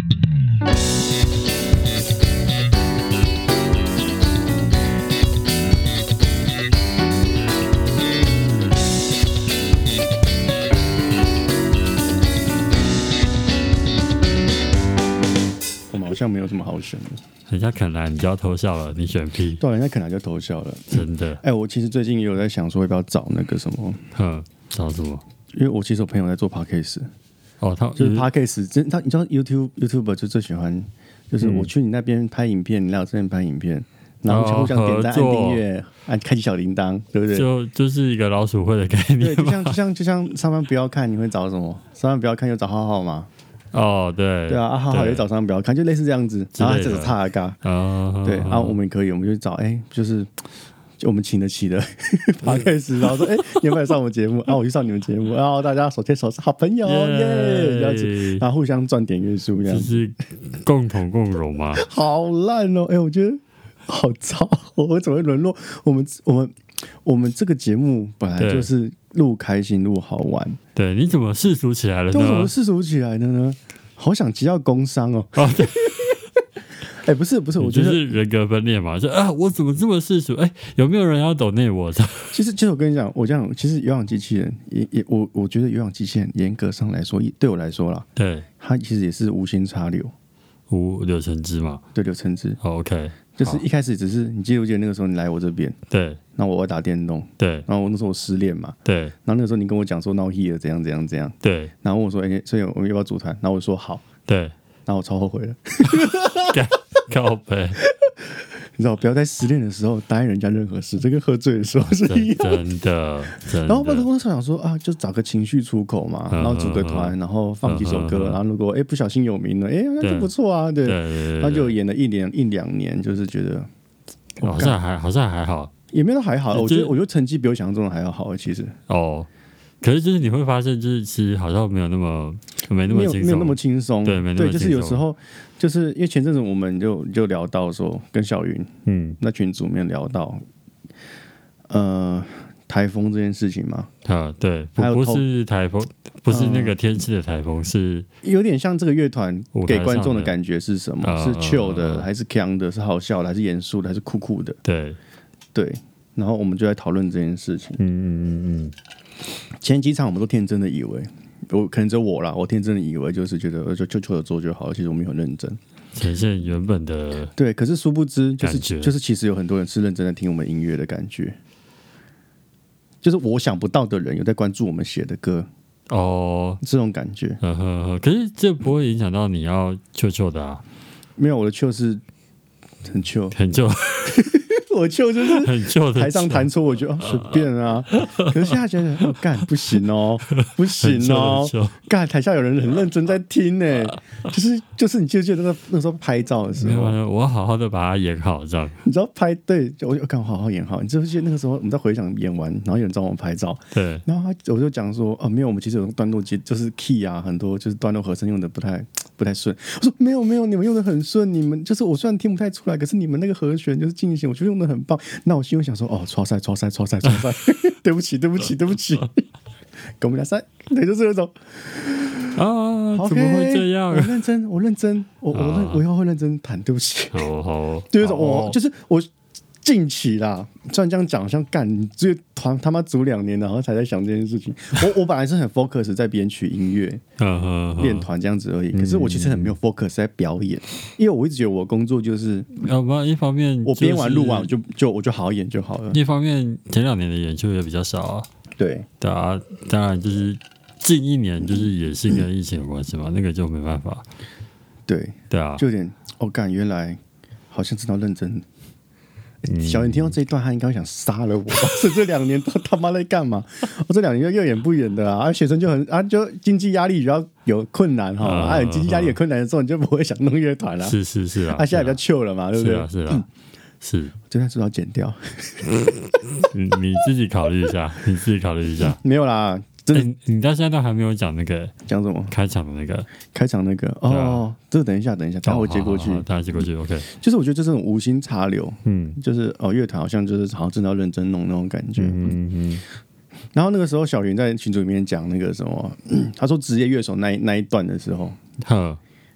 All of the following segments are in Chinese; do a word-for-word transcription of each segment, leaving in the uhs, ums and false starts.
好像没有什么好选的， 人家肯来你就要偷笑了，你选屁？ 对，人家肯来就偷笑了， 真的。 哎、欸，我其实最近也有在想说要不要找那个什么， 哼，找什么？ 因为我其实有朋友在做 podcast， 哦，他就是 podcast， 真他你知道 YouTube YouTuber 就最喜欢，就是我去你那边拍影片，你来我这边拍影片，然后互相点赞、按订阅、按开启小铃铛，对不对？ 就就是一个老鼠会的概念。 对，就像就像就像上班不要看，你会找什么？上班不要看就找浩浩嘛。 哦，对， 对啊，啊浩浩也找上班不要看，就类似这样子，然后这是差嘎， 哦， 对，然后我们可以，我们就找，哎，就是就我们请得起的 podcast， 然后说，哎，你有没有上我们节目？然后我去上你们节目，然后大家手牵手是好朋友耶，这样子，然后互相赚点阅数，这样子， 就是共同共荣嘛。 好烂哦，哎，我觉得好糟，我怎么会沦落？我们我们我们这个节目本来就是录开心、录好玩。 对，你怎么世俗起来了呢？ 为什么世俗起来的呢？好想提到工商哦！哦，对，哎、欸，不是不是，我觉得就是人格分裂嘛，就啊，我怎么这么世俗？哎、欸，有没有人要抖内我？ 其实，其实我跟你讲，我这样，其实有氧机器人也也，我我觉得有氧机器人严格上来说，对我来说啦， 对， 它其实也是无心插柳， 无柳橙汁嘛， 对，柳橙汁。 哦 OK， 就是一开始只是你记不记得那个时候你来我这边， 对， 然后我要打电动， 对， 然后我那时候我失恋嘛， 对， 然后那个时候你跟我讲说 now here 怎样怎样怎样， 对， 然后问我说，哎、欸，所以我们要不要组团？然后我说好， 对， 然后我超后悔了， 靠北。 你知道，不要在失恋的时候答应人家任何事，这跟喝醉的时候是一样的。 真的，真的。 然后我那时候想说啊，就找个情绪出口嘛，然后组个团，然后放几首歌，然后如果哎不小心有名了，哎那就不错啊，对。然后就演了一年一两年，就是觉得好像还好像还好， 也没有还好。我觉得我觉得成绩比我想象中的还要好，其实。 哦。可是就是你会发现，就是其实好像没有那么没那么轻松， 没有那么轻松， 对，没那么轻松。 对，就是有时候就是因为前阵子我们就就聊到说，跟小云嗯那群组里面聊到，呃，台风这件事情嘛， 啊对，不不是台风，不是那个天气的台风，是有点像这个乐团给观众的感觉是什么？是 chill 的，还是强的？是好笑的，还是严肃的，还是酷酷的？ 对对，然后我们就在讨论这件事情。 嗯嗯嗯嗯。 前几场我们都天真的以为，我可能只有我啦，我天真的以为就是觉得就就就做就好了，其实我们很认真呈现原本的对，可是殊不知就是就是其实有很多人是认真的听我们音乐的感觉，就是我想不到的人有在关注我们写的歌哦， 这种感觉。 呵呵呵，可是这不会影响到你要秋秋的啊？ 没有，我的秋是很秋很旧。 我就就是很旧的台上弹错，我觉得随便啊。可是现在觉得，哦，干不行哦，不行哦，干台下有人很认真在听呢，就是就是你记不记得那个那时候拍照的时候， 我要好好的把它演好，这样。 你知道拍对，我就干好好演好。你记不记得那个时候我们在回想演完，然后有人找我们拍照， 对， 然后他我就讲说，哦，没有，我们其实有段落接，就是 key 啊，很多就是段落和声用的不太不太顺。我说没有没有，你们用的很顺，你们就是我虽然听不太出来，可是你们那个和弦就是进行，我觉得用的很棒。那我心里想说，哦，超赛超赛超赛超赛，对不起对不起对不起，跟我们俩赛，对，就是那种啊， okay, 怎么会这样？ 我认真，我认真，我、啊、我认我以后会认真弹，对不起。 好好， 就是说我就是我近期啦，虽然这样讲，好像干你这团他妈组两年，然后才在想这件事情。我我本来是很 focus 在编曲音乐、练团这样子而已，可是我其实很没有 focus 在表演，因为我一直觉得我工作就是， 要不然一方面、就是、 我编完录完我就就我就好好演就好了。 一方面前两年的演出也比较少啊， 对， 对啊，当然就是近一年就是也是跟疫情有关系嘛，那个就没办法。 对对啊， 就有点哦，干原来好像知道认真。小云听到这一段，他应该想杀了我。是这两年都他妈在干嘛？我这两年又演不演的啊？啊，学生就很啊，就经济压力比较有困难哈。啊，啊经济压力有困难的时候，你就不会想弄乐团了。 是是是啊， 啊，现在比较 chill 了嘛，对不对？ 是啊是啊，是。 这段是不是要剪掉？ 你你自己考虑一下，你自己考虑一下。 没有啦。 真的、欸，你到现在都还没有讲那个讲什么开场的那个开场那个哦，这个等一下等一下，等我接过去， 等我接过去 ，OK。 就是我觉得这种无心插柳， 嗯， 就是哦，乐团好像就是好像真的要认真弄那种感觉，嗯嗯嗯。然后那个时候小云在群组里面讲那个什么，嗯、他说职业乐手那一那一段的时候， 呵，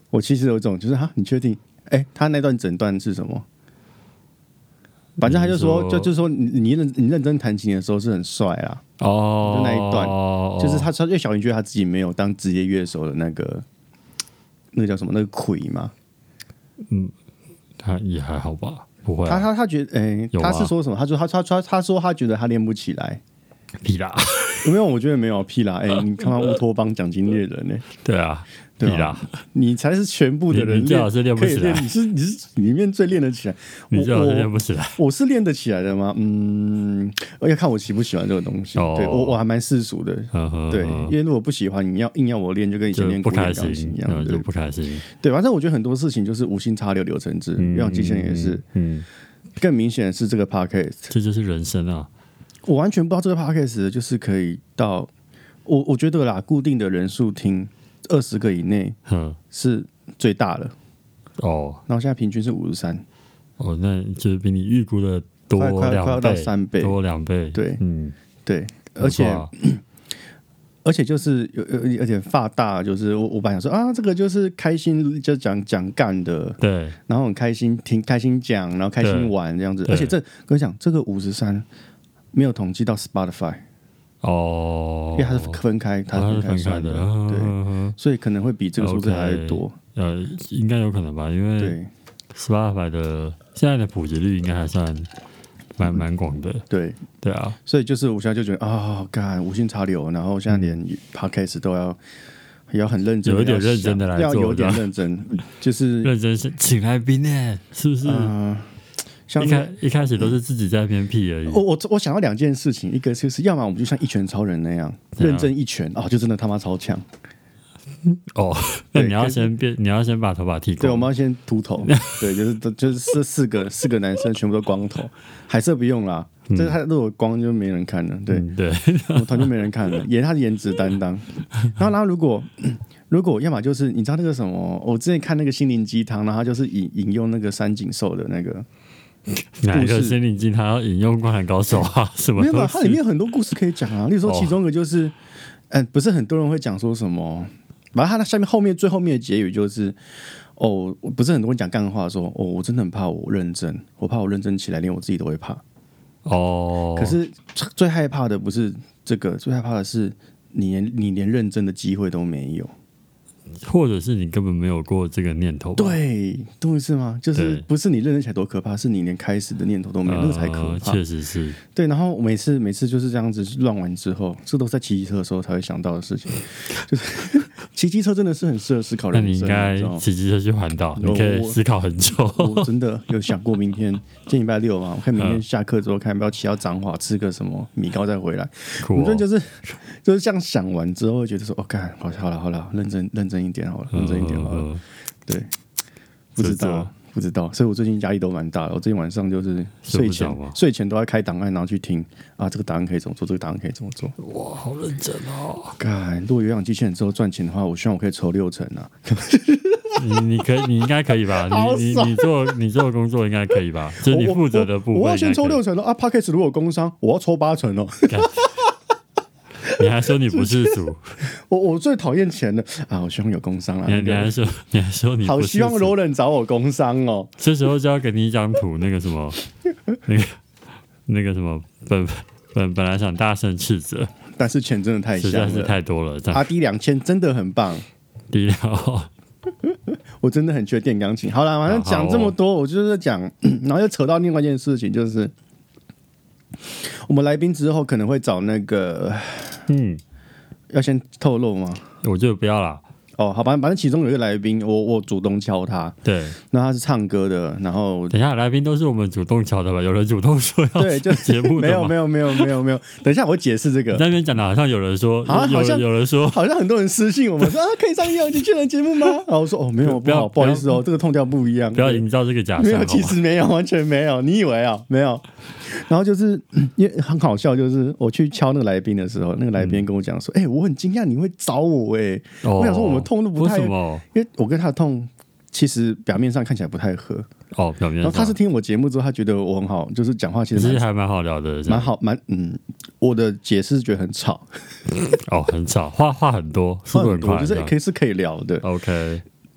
我其实有一种就是哈，你确定？哎、欸，他那段诊断是什么？反正他就说，就就是说你你认你认真弹琴的时候是很帅啦。 哦， 就那一段，就是他，因为小林觉得他自己没有当职业乐手的那个那个叫什么那个魁嘛。 嗯，他也还好吧，不会、啊。 他他他觉得，哎、欸，他是说什么？他说他他他他说他觉得他练不起来。 屁啦， 有没有？我觉得没有屁啦。哎、欸，你看看乌托邦奖金猎人呢、欸？ 对啊。 对啊，你才是全部的人练， 你最好是练不起来。 你是你是里面最练得起来， 你最好是练不起来。 我, 我是练得起来的吗？嗯，而且看我喜不喜欢这个东西。哦、对我我还蛮世俗的，呵呵呵对，因为如果不喜欢，你要硬要我练，就跟以前练古典钢琴一样， 就不开心。 对，反正我觉得很多事情就是无心插柳柳成枝，像极限也是。嗯，更明显的是这个 podcast， 这就是人生啊！ 我完全不知道这个 podcast 就是可以到我我觉得啦，固定的人数听。二十个以内是最大的哦， 然后现在平均是五十三哦，那就是比你预估的多两倍，快快要到三倍， 多两倍， 对， 嗯， 对，而且、啊、而且就是有有有点发大，就是我我本来想说啊，这个就是开心就讲讲干的， 对， 然后很开心听开心讲，然后开心玩这样子，而且这跟你讲，这个五十三没有统计到 Spotify。 哦， 因为它是分开，它是分开算的，哦、对，嗯、所以可能会比这个数字还要多。 Okay, 呃，应该有可能吧，因为 Spotify 的现在的普及率应该还算蛮蛮广的。 对对啊， 所以就是我现在就觉得啊，干、哦、无心插柳，然后现在连 Podcast 都要也要很认真， 有一点认真的来做， 要有点认真，就是认真是请来宾呢，是不是？嗯。像一开一开始都是自己在那边屁而已。 我我我想要两件事情，一个就是要么我们就像一拳超人那样认真一拳哦，就真的他妈超强。 哦，那你要先变，你要先把头发剃光。 对，我们要先秃头。对，就是就是这四个四个男生全部都光头，海瑟不用啦，嗯、这他如果光就没人看了。对、嗯、 对， 我们团就没人看了，演他的颜值担当。然后然后如果。如果要么就是你知道那个什么，我之前看那个心灵鸡汤，然后他就是引引用那个三井寿的那个哪一个心灵鸡汤要引用《灌篮高手》啊？什么？ 没有吧？它里面有很多故事可以讲啊。例如说，其中一个就是，嗯、哦呃，不是很多人会讲说什么，反正他下面后面最后面的结语就是，哦，不是很多人讲干话说，哦，我真的很怕我认真，我怕我认真起来，连我自己都会怕。哦，可是最害怕的不是这个，最害怕的是你连你连认真的机会都没有。 或者是你根本没有过这个念头吧， 对，懂我意思吗？就是不是你认真起来多可怕，是你连开始的念头都没有，呃、那个才可怕。 确实是。 对，然后每次每次就是这样子乱完之后，这都是在骑机车的时候才会想到的事情。就是骑机车真的是很适合思考人生。 那你应该骑机车去环岛，你可以思考很久。 我, 我真的有想过明天，今天礼拜六嘛，我看明天下课之后，看要不要骑到彰化吃个什么米糕再回来。我觉得就是就是这样想完之后，会觉得说，哦，干，好好了好了，认真认真一点好了，认真一点好了。嗯、对，不知道不知道，所以我最近压力都蛮大的。我最近晚上就是睡前睡前都要开档案，然后去听啊，这个档案可以怎么做，这个档案可以怎么做。 哇，好认真哦！ 干，如果有氧机器人之后赚钱的话，我希望我可以抽六成啊。 你你可以，你应该可以吧？你你你做你做的工作应该可以吧？就是你负责的部分我我， 我要先抽六成哦啊 ！Podcast 如果工商，我要抽八成哦。 你还说你不是主？ 我我最讨厌钱的啊！我希望有工商啦。 你你还说你还说你好希望罗人找我工商哦。 这时候就要给你一张图，那个什么，那个那个什么，本本本来想大声斥责， 但是钱真的太香了， 实在是太多了。 阿迪两千真的很棒， 低调。 我真的很缺电钢琴。好啦，反正讲这么多，我就是在讲，然后又扯到另外一件事情，就是我们来宾之后可能会找那个。嗯，要先透露吗？ 我觉得不要啦。 哦，好吧，反正其中有一个来宾，我我主动敲他。 对， 那他是唱歌的，然后等一下来宾都是我们主动敲的吧？有人主动说要对，就节目没有没有没有没有没有。等一下我会解释这个。 你那边讲的好像有人说， 好像有人说， 好像很多人私信我们说啊，可以上易烊千玺的节目吗？然后我说哦，没有，不要不好意思哦，这个痛调不一样， 不要营造这个假象。 没有，其实没有，完全没有。你以为啊？没有。然后就是因为很好笑，就是我去敲那个来宾的时候，那个来宾跟我讲说：“哎、嗯欸，我很惊讶你会找我哎、欸。哦”我想说我们痛都不太， 为什么？ 因为我跟他的痛其实表面上看起来不太合哦，表面上。 然后他是听我节目之后，他觉得我很好，就是讲话其实其实还蛮好聊的， 蛮好蛮嗯。我的解释是觉得很吵哦，很吵，话话很多，速度很快， 就是可以是可以聊的。 OK。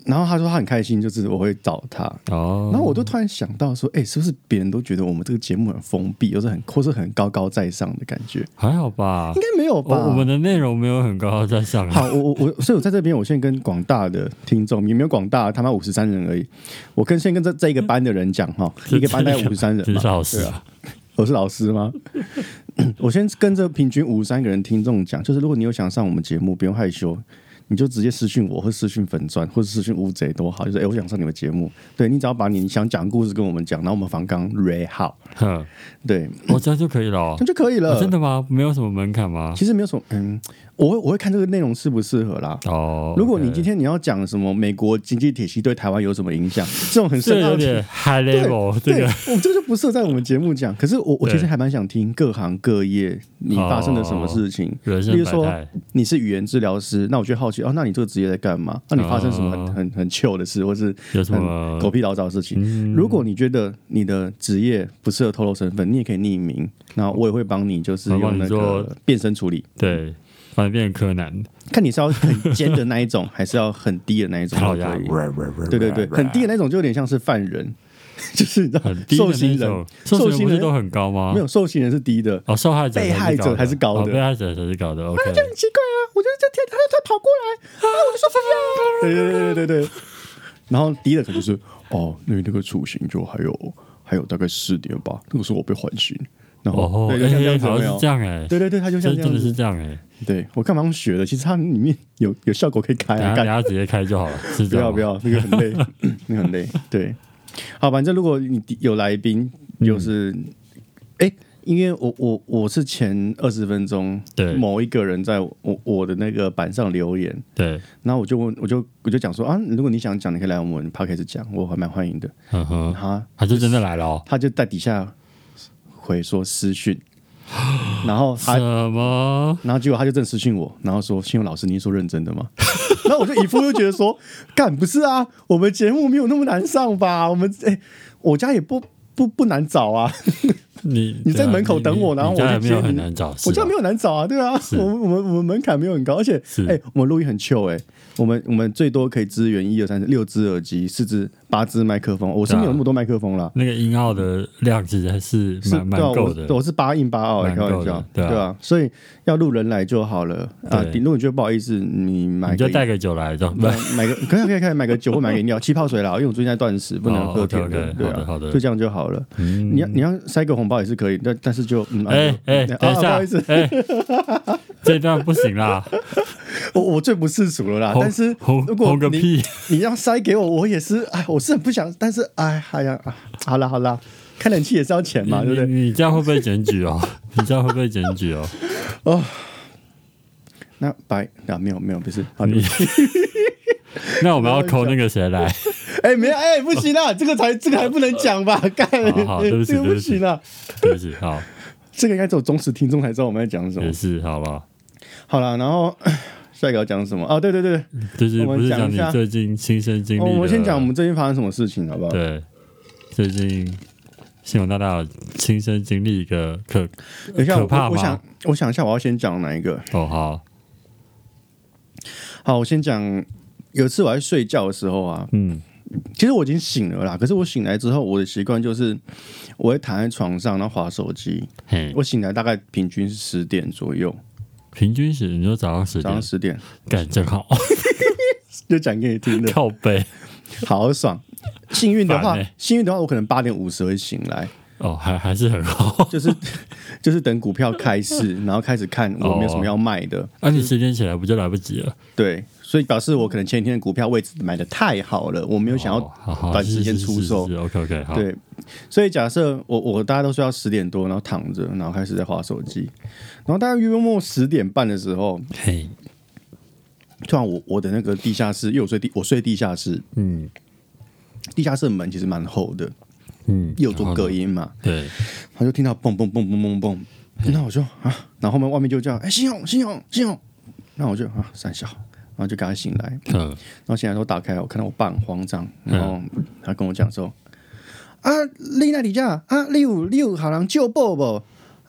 然后他说他很开心，就是我会找他。 哦， 然后我就突然想到说，哎、欸，是不是别人都觉得我们这个节目很封闭，又是很或是很高高在上的感觉？ 还好吧， 应该没有吧？ 我, 我们的内容没有很高高在上。 好，我我我，所以我在这边，我先跟广大的听众，也没有广大，他妈五十三人而已。我跟先跟这这一个班的人讲哈，一个班大概五十三人嘛， 是老师啊， 我是老师吗？我先跟着平均五十三个人听众讲，就是如果你有想上我们节目，不用害羞。你就直接私讯我，或私讯粉专，或者私讯乌贼都好，就是哎、欸，我想上你们节目。对，你只要把你想讲的故事跟我们讲，然后我们访纲 ready 好，对， 我、哦、这样就可以了、哦， 这样就可以了、 哦。真的吗？没有什么门槛吗？ 其实没有什么，嗯，我会我会看这个内容适不适合啦。 哦， 如果你今天你要讲什么美国经济体系对台湾有什么影响，这种很深奥的， 有点 high level， 这个我们这个就不适合在我们节目讲。可是我我其实还蛮想听各行各业你发生了什么事情， 哦、 例如说你是语言治疗师，那我就好奇哦，那你这个职业在干嘛？那你发生什么很、哦、很很糗的事，或是很狗屁倒灶的事情？嗯、如果你觉得你的职业不适合透露身份，你也可以匿名，那我也会帮你，就是用那个变声处理。 对，反正变成柯南， 看你是要很尖的那一种，还是要很低的那一种都可以。对对对，很低的那种就有点像是犯人。就是你知道，受刑人， 受刑人都很高吗？ 没有，受刑人是低的， 哦，受害者被害者还是高的， 哦、被害者才是高的。OK， 就很奇怪啊，我觉得这天他他跑过来啊，我就说不要。对对对对对对。然后低的可能就是哦，那那个处刑就还有还有大概四点吧，那个时候我被缓刑。然后哦， 对，像这样子， 好像是这样哎， 对对对，他就像这样， 真的是这样哎。 对我干嘛学的？其实它里面有有效果可以开啊， 大家直接开就好了。 不要不要，那个很累，那个很累。对。好，反正如果你有来宾，就是哎、嗯欸，因为我我我是前二十分钟， 对某一个人在我我的那个板上留言， 对， 然后我就问，我就我就讲说啊，如果你想讲，你可以来我们 podcast 讲，我还蛮欢迎的。 嗯哼， 他他就真的来了、哦， 他就在底下回说私讯。然后他什么？ 然后结果他就正私讯我，然后说：“信用老师，你是说认真的吗？”然后我就一副就觉得说：“干不是啊，我们节目没有那么难上吧？我们哎、欸，我家也不不不难找啊。” 你你在门口等我，然后我就接很难找， 我家没有难找啊，对啊，我们我们我们门槛没有很高，而且哎、欸，我们录音很 chill 哎、欸，我们我们最多可以支援一二三四六支耳机，四支八支麦克风，我身边有那么多麦克风啦， 那个音号的量其实还是蛮蛮够的， 我, 我是八音八奥，开玩笑，对啊，所以要录人来就好了啊。如果你觉得不好意思，你买你就带个酒来，就买个可以可以可以买个酒或买个饮料，气泡水啦，因为我最近在断食，不能喝甜的，对啊， 好的， 就这样就好了。你要你要塞个红包也是可以，但但是就嗯， 哎哎，等一下，不好意思，哎，这段不行啦， 我我最不世俗了啦。但是如果你你要塞给我，我也是，哎，我是很不想，但是哎哎呀，好啦好啦，开冷气也是要钱嘛，对不对？ 你这样会不会检举哦？你这样会不会检举哦？ 哦，那白啊，没有没有，不是，好你。 那我们要扣那个谁来？ 哎、欸，没哎、欸，不行啦，这个才这个还不能讲吧？干， 好，对不起， 这个不行啦， 对不起，好， 这个应该只有忠实听众才知道我们在讲什么。 也是，好吧。 好了，然后下一个要讲什么？哦，对对对， 就是不是讲你最近亲身经历、哦？ 我们先讲我们最近发生什么事情，好不好？ 对，最近新闻大大有亲身经历一个可可怕吗？ 我, 我想，我想一下，我要先讲哪一个？ 哦，好， 好，我先讲。有一次我在睡觉的时候啊，嗯，其实我已经醒了啦。可是我醒来之后，我的习惯就是我会躺在床上，然后滑手机。我醒来大概平均是十点左右， 平均是你说早上十点， 早上十点， 干真好， 就讲给你听的， 靠背， 好爽。幸运的话，欸、幸运的话，我可能八点五十会醒来。 哦，还还是很好， 就是就是等股票开市，然后开始看我没有什么要卖的。 那、哦啊、你十点起来不就来不及了？ 对。所以表示我可能前一天的股票位置买的太好了，我没有想要短时间出售。 哦、OK OK， 好。 对，所以假设我我大家都睡到十点多，然后躺着，然后开始在滑手机，然后大概约莫十点半的时候，嘿，突然我我的那个地下室，因为我睡地我睡地下室，嗯，地下室的门其实蛮厚的，嗯，又有做隔音嘛， 对， 他就听到蹦蹦蹦蹦蹦蹦，那我就啊，然后后面外面就叫哎新勇新勇新勇，那我就啊三小。然后就赶快醒来，嗯，然后醒来之后打开，我看到我爸很慌张，然后他跟我讲说：“嗯、啊，你那里家啊，你有你有好人救报不？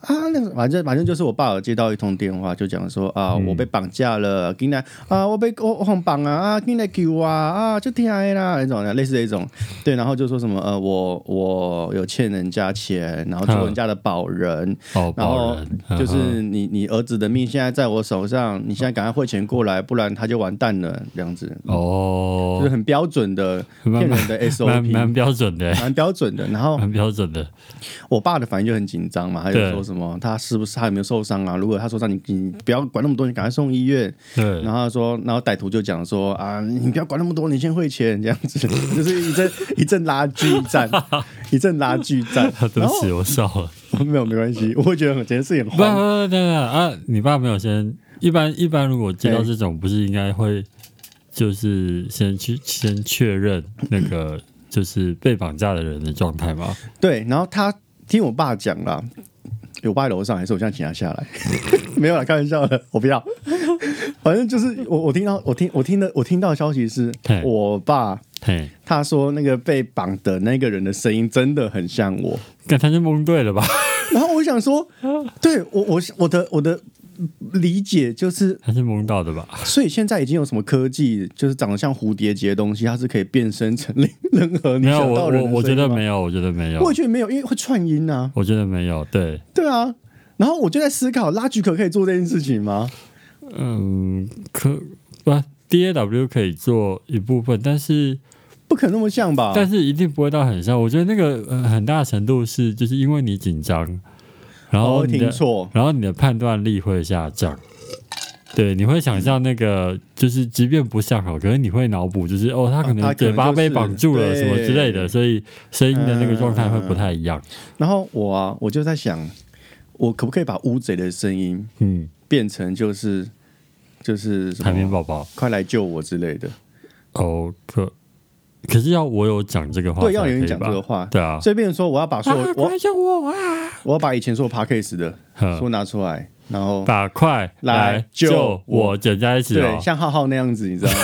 啊，那个反正反正就是我爸有接到一通电话，就讲说啊，嗯、我被绑架了，进来啊，我被我我绑啊啊，进来救我啊，就听啦那种的，类似这种，对，然后就说什么呃，我我有欠人家钱，然后做人家的保人， 哦、 然后就是你你儿子的命现在在我手上，你现在赶快汇钱过来，不然他就完蛋了，这样子。 哦， 就是很标准的骗人的 S O P， 蛮标准的， 蛮标准的。然后蛮标准的， 我爸的反应就很紧张嘛，他就说什么他是不是他有没有受伤啊？如果他受伤，你你不要管那么多，你赶快送医院。 对。 然后他说，然后歹徒就讲说啊，你不要管那么多，你先汇钱，这样子，就是一阵一阵拉锯战，一阵拉锯战。 对不起，我笑了。 没有没关系，我会觉得这件事很荒。不不不不啊！你爸没有先一般一般，如果接到这种，不是应该会就是先去先确认那个就是被绑架的人的状态吗？ 对，然后他听我爸讲啦，我爸在楼上，还是我现在请他下来？没有啦，开玩笑的，我不要。反正就是我我听到我听我听的我听到的消息是，我爸他说那个被绑的那个人的声音真的很像我， 但他是蒙对了吧？ 然后我想说，对我我我的我的理解就是他是蒙到的吧？ 所以现在已经有什么科技，就是长得像蝴蝶结的东西，它是可以变身成任何你想到的人的声音吗？ 我我觉得没有，我觉得没有， 我觉得没有，因为会串音啊。 我觉得没有，对对啊。然后我就在思考，拉锯可可以做这件事情吗？ 嗯，可不 ，D A W 可以做一部分，但是不可能那么像吧？ 但是一定不会到很像。我觉得那个、呃、很大程度是，就是因为你紧张，然后你的、 哦、 然后你的判断力会下降。对，你会想象那个，就是即便不像好，可是你会脑补，就是哦，他可能嘴巴被绑住了什么之类的，所以声音的那个状态会不太一样。 嗯、然后我啊，我就在想，我可不可以把乌贼的声音，嗯，变成就是就是什么海绵宝宝， 快来救我之类的。 哦，可可是要我有讲这个话， 对，要有人讲这个话， 对啊。 所以变成说，我要把所有、 啊、我救我啊， 我要把以前说 podcast 的说拿出来。然后把快来救我剪在一起、哦， 对，像浩浩那样子，你知道吗？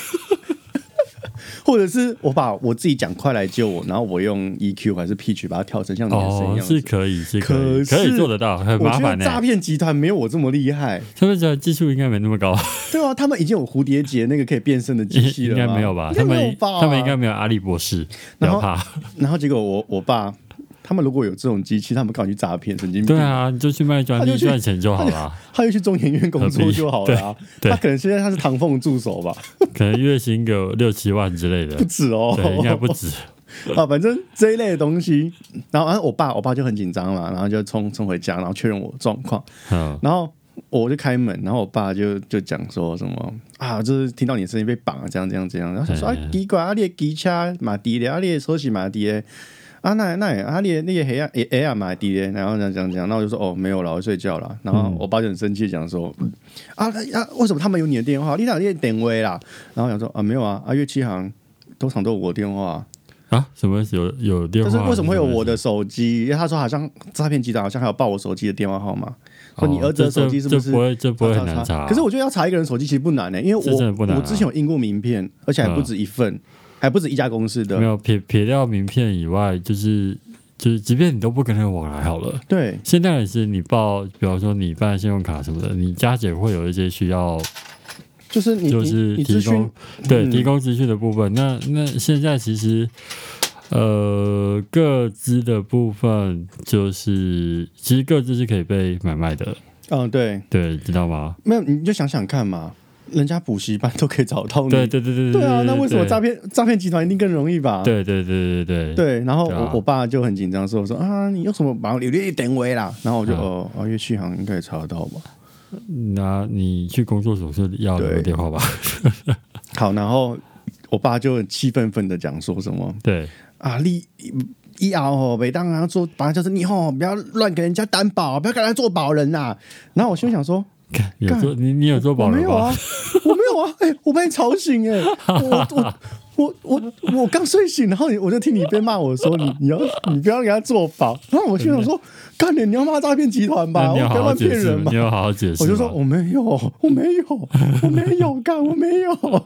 或者是我把我自己讲快来救我，然后我用 E Q 还是 pitch 把它调成像你的声音一样、 哦，是可以，是可以，可以做得到，很麻烦、欸。 诈骗集团没有我这么厉害， 他们的技术应该没那么高。 对啊，他们已经有蝴蝶结那个可以变身的机器了吗？ 应该没有吧？他们他们应该没有阿力博士，不要怕。 然后结果我我爸。他们如果有这种机器，他们赶快去诈骗神经病。 对啊，你就去卖专利赚钱就好了。 他就去中研院工作就好了、啊。他可能现在他是唐凤助手吧？ 可能月薪个六七万之类的， 不止哦。 对，应该不止啊。反正这一类的东西，然后，然后我爸，我爸就很紧张嘛，然后就冲冲回家，然后确认我状况。嗯。然后我就开门，然后我爸就就讲说什么啊，就是听到你的声音被绑了，这样这样这样。然后他说啊，奇怪，啊，你的机车马低的，啊，你的手机马低的。啊，那那啊，你你也黑啊，也黑啊，买低嘞，然后这样讲讲，那我就说哦，没有了，我睡觉了。然后我爸就很生气讲说，嗯、啊啊，为什么他们有你的电话？你哪里点位啦？然后讲说啊，没有啊，啊，乐器行通常都有我的电话啊，什么有有电话？ 就是为什么会有我的手机？因为他说好像诈骗集团好像还有报我手机的电话号码。说你儿子的手机是不是？ 这不会，这不会很难查。 可是我觉得要查一个人手机其实不难呢、欸，因为我、啊、我之前有印过名片，而且还不止一份。嗯还不止一家公司的， 没有撇撇掉名片以外，就是就是，即便你都不跟他往来好了， 对， 现在也是你报，比方说你办信用卡什么的，你加减会有一些需要， 就是你就是提供对、嗯、提供资讯的部分。那那现在其实呃，个资的部分就是其实个资是可以被买卖的， 嗯，对对，知道吗？ 没有，你就想想看嘛。人家补习班都可以找到你， 对对对对对啊，那为什么诈骗诈骗集团一定更容易吧？ 对对对对对对。然后我、啊、我爸就很紧张说说啊，你用什么把我留列点位啦？然后我就、嗯、哦，啊，乐器行应该也查得到吧？ 那你去工作所是要留电话吧？ 好，然后我爸就很气愤愤的讲说什么？ 对啊，你以后吼，每当然做，反正就是你吼，不要乱给人家担保，不要给人家做保人呐。然后我心想说。 有做你你有做保人吗？ 我没有啊，我没有啊！哎、欸，我被你吵醒哎、欸，我我我我我刚睡醒，然后我就听你边骂我说你你要你不要给他做保，然后我心想说，干你你要骂诈骗集团吧，我不要乱骗人吧， 你要好好解释。 我就说我没有，我没有，我没有干，我没有。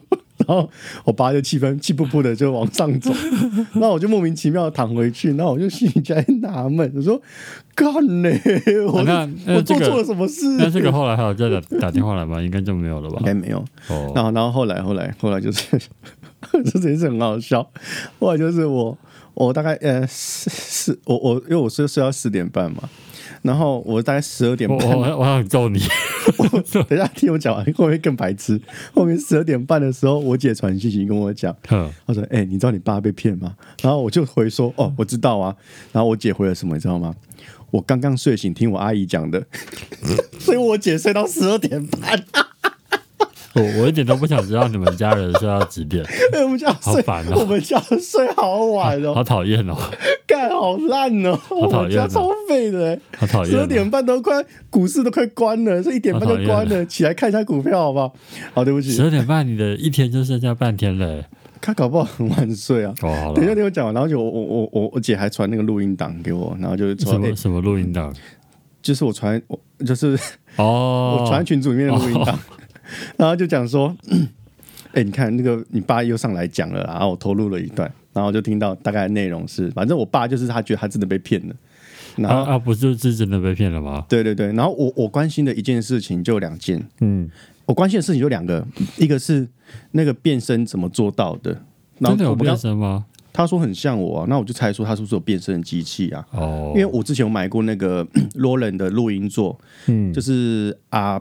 然后我爸就气愤气噗噗的就往上走，然后我就莫名其妙的躺回去，然后我就心里在纳闷，我说干嘞，我、 啊、那那、 我这个、 做错了什么事？ 那这个后来还有再打打电话来吗？应该就没有了吧？ 应该没有。 哦， 然后然后后来后来后来就是这件事很好笑，后来就是我我大概呃四我我因为我睡睡到四点半嘛。然后我大概十二点半， 我我我想揍你。 等一下听我讲完，后面更白痴。后面十二点半的时候，我姐传讯息跟我讲，她说：“哎、欸，你知道你爸被骗吗？”然后我就回说：“哦，我知道啊。”然后我姐回了什么，你知道吗？我刚刚睡醒，听我阿姨讲的，所以我姐睡到十二点半。 我我一点都不想知道你们家人睡到几点。 哎、欸，我们家睡， 好烦哦， 我们家睡好晚哦， 好讨厌哦， 干好烂哦， 好讨厌、哦， 我家超废的、欸， 好讨厌、哦， 十二点半都快，股市都快关了，这一点半就关了，起来看一下股票好不好？好，对不起， 十二点半，你的一天就剩下半天了、欸。 他搞不好很晚睡啊。 哦，好了， 等一下听我讲完，然后就我我我我姐还传那个录音档给我，然后就说什么、 欸、 什么录音档？ 就是我传，我就是哦， 我传群组里面的录音档。哦然后就讲说，哎、欸，你看那个你爸又上来讲了啦，然后我偷录了一段，然后就听到大概内容是，反正我爸就是他觉得他真的被骗了，然后啊啊，不就是真的被骗了吗？ 对对对，然后我我关心的一件事情就有两件， 嗯， 我关心的事情就两个，一个是那个变身怎么做到的，然后真的有变身吗？ 他说很像我啊，那我就猜说他是不是有变身的机器啊？ 哦， 因为我之前有买过那个罗伦的录音座，嗯，就是 R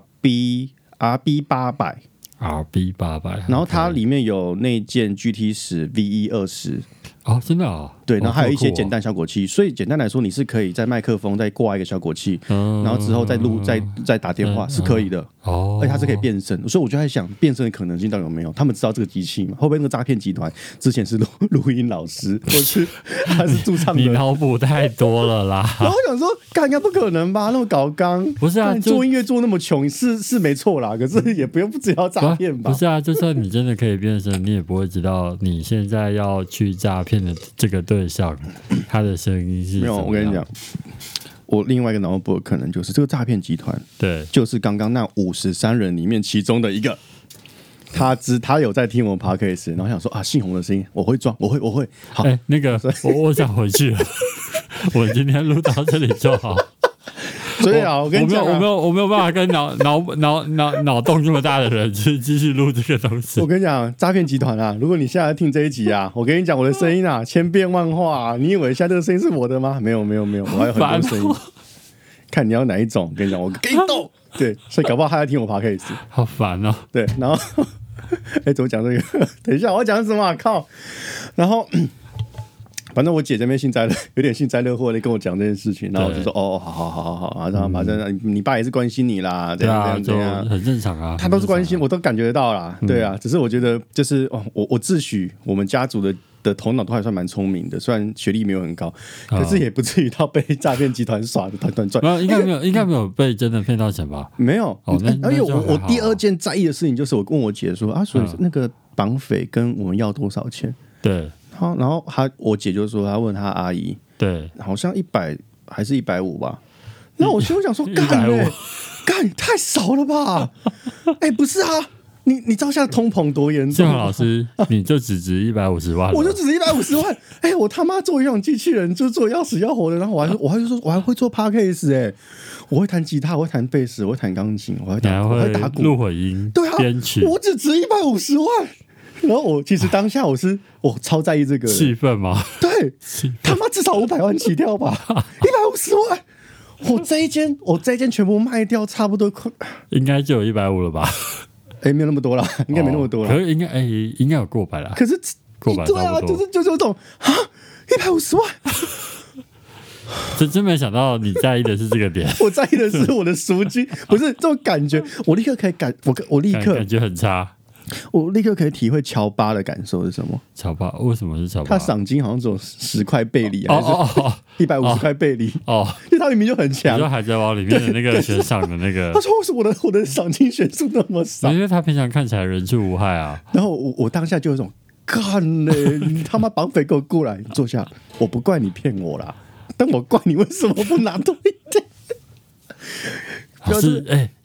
B。R B 八百 ，R B 八百， 然后它里面有内建 G T 十 V E 二十哦，真的啊， 对，然后还有一些简单效果器，所以简单来说，你是可以在麦克风再挂一个效果器，嗯、然后之后再录、再再打电话、嗯、是可以的哦，而且它是可以变身，所以我就在想变身的可能性到底有没有？他们知道这个机器吗？会不会那个诈骗集团之前是录录音老师，或是他是驻唱的？ 你脑补太多了啦！ 然后我想说，干应该不可能吧？那么搞刚不是啊， 做音乐做那么穷是是没错啦，可是也不用不只要诈骗吧？ 不是啊，就算你真的可以变身，你也不会知道你现在要去诈骗的这个对象，他的声音是没有。我跟你讲，我另外一个脑补的可能就是这个诈骗集团， 对， 就是刚刚那五十三人里面其中的一个。他知他有在听我们 podcast， 然后想说啊，信宏的声音我会装，我会我会。好， 哎、欸，那个我我想回去了，我今天录到这里就好。 所以啊，我跟你讲、啊， 我没有我没有我没有办法跟脑脑脑脑脑洞这么大的人去继续录这个东西。 我跟你讲，诈骗集团啊，如果你现在听这一集啊，我跟你讲，我的声音啊千变万化、啊，你以为现在这个声音是我的吗？没有没有没有，我还有很多声音。看你要哪一种，我跟你讲，我跟你斗。对，所以搞不好他在听我 podcast， 好烦哦。 对，然后，哎、欸，怎么讲这个？等一下，我要讲什么、啊？靠！然后。反正我姐这边幸灾乐，有点幸灾乐祸的跟我讲这件事情，然后我就说哦，好好好好好，然后反正你爸也是关心你啦，这样这样这样， 很正常啊， 他都是关心，我都感觉得到啦， 嗯、 对啊，只是我觉得就是哦，我我自诩我们家族的的头脑都还算蛮聪明的，虽然学历没有很高，可是也不至于到被诈骗集团耍的团团转。 应该没有，应该没有被真的骗到钱吧？ 没有， 哦，那而且我我第二件在意的事情就是我问我姐说啊，所以那个绑匪跟我们要多少钱？ 对。 好，然后他我姐就说，她问她阿姨， 对， 好像一百还是一百五吧。那我心里想说，干嘞，干太少了吧？哎、欸，不是啊，你你知道现在通膨多严重？ 幸宏老师，你就只值一百五十万， 我就只值一百五十万。哎、欸，我他妈做一样机器人，就做要死要活的，然后我还我还说我还会做 podcast 哎、欸，我会弹吉他，我会弹贝斯，我会弹钢琴，我会打我会打鼓， 录混音， 对啊， 编曲， 我只值一百五十万。然后我其实当下我是我超在意这个气氛吗？ 对，他妈至少五百万起跳吧，一百五十万，我这一间我这一间全部卖掉，差不多快， 应该就有一百五了吧？ 哎，没有那么多了，应该没那么多了、 哦，可是应该哎，应该有过百了。 可是过百对啊，就是就是有种啊，一百五十万。 真真没想到你在意的是这个点， 我在意的是我的赎金，不是这种感觉，我立刻可以感，我我立刻感觉很差。 我立刻可以体会乔巴的感受是什么？ 乔巴为什么是乔巴？ 他赏金好像只有十块贝里， 哦哦哦， 一百五十块贝里哦， 因为他明明就很强。 你说海贼王里面的那个悬赏的那个， 他说为什么我的我的赏金悬数那么少？ 因为他平常看起来人畜无害啊。 然后我我当下就有一种干嘞，你他妈绑匪给我过来，你坐下，我不怪你骗我啦，但我怪你为什么不拿多一点。 老师，哎、欸，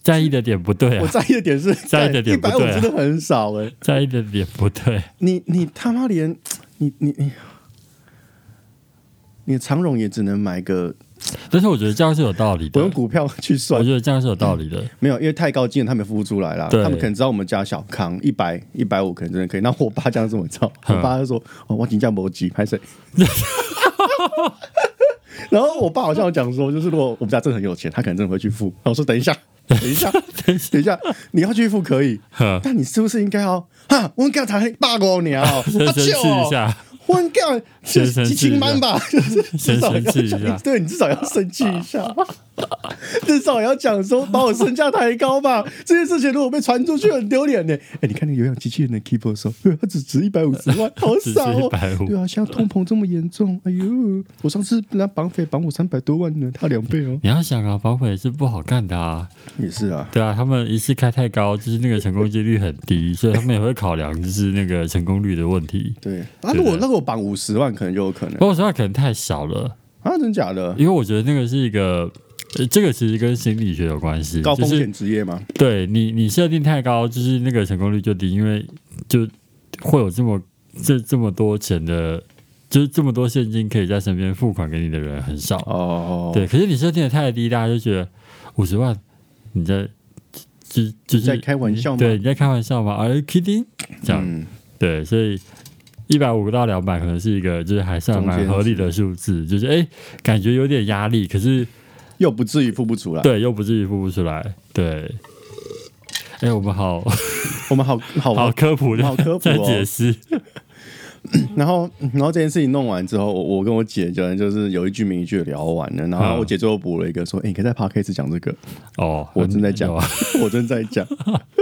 在意的点不对啊！ 我在意的点是在意的点不对、啊， 一百五真的很少哎、欸， 在意的点不对。 你你他妈连你你你你的长荣也只能买个， 但是我觉得这样是有道理的。 我用股票去算， 我觉得这样是有道理的。 没有，因为太高金额他们付不出来啦，他们可能知道我们家小康一百一百五可能真的可以。那我爸这样这么造，我爸就说：“哦，我金价没急，拍谁？”然后我爸好像有讲说，就是如果我们家真的很有钱，他可能真的会去付。然后我说：“等一下，等一下，等一下，你要去付可以，但你是不是应该要哈？我刚才八五年哦， 先生气一下。” 我干， 先几千万吧，就是至少要生气一下， 对你至少要生气一下，至少要讲说把我身价抬高吧。这件事情如果被传出去，很丢脸呢。哎，你看那个有氧机器人的 keyboard 手，它只值一百五十万，好少哦。对啊，现在通膨这么严重，哎呦，我上次拿绑匪绑我三百多万呢，他两倍哦。 你要想啊，绑匪是不好干的啊， 也是啊， 对啊，他们一次开太高，就是那个成功几率很低，所以他们也会考量就是那个成功率的问题。 对，啊，如果那个我绑五十万，可能就有可能。 不过十万可能太少了啊，真假的？ 因为我觉得那个是一个，呃、这个其实跟心理学有关系， 高风险职业吗？ 就是、对你，你设定太高，就是那个成功率就低，因为就会有这么这这么多钱的，就是这么多现金可以在身边付款给你的人很少哦。对，可是你设定的太低，大家就觉得五十万你在就就是在开玩笑吗？ 对，你在开玩笑吗 ？Are you kidding？ 这样、嗯、对，所以。一百五到两百可能是一个就是还算蛮合理的数字，就是哎、欸，感觉有点压力，可是又不至于付不出来， 对，又不至于付不出来，对。哎、欸，我们好， 我们好好好科普， 好科普、哦， 在解释。 然后，然后这件事情弄完之后，我我跟我姐就就是有一句没一句聊完了，然后我姐最后补了一个说：“哎、欸，你可以在 podcast 讲这个哦，我正在讲，我正在讲。”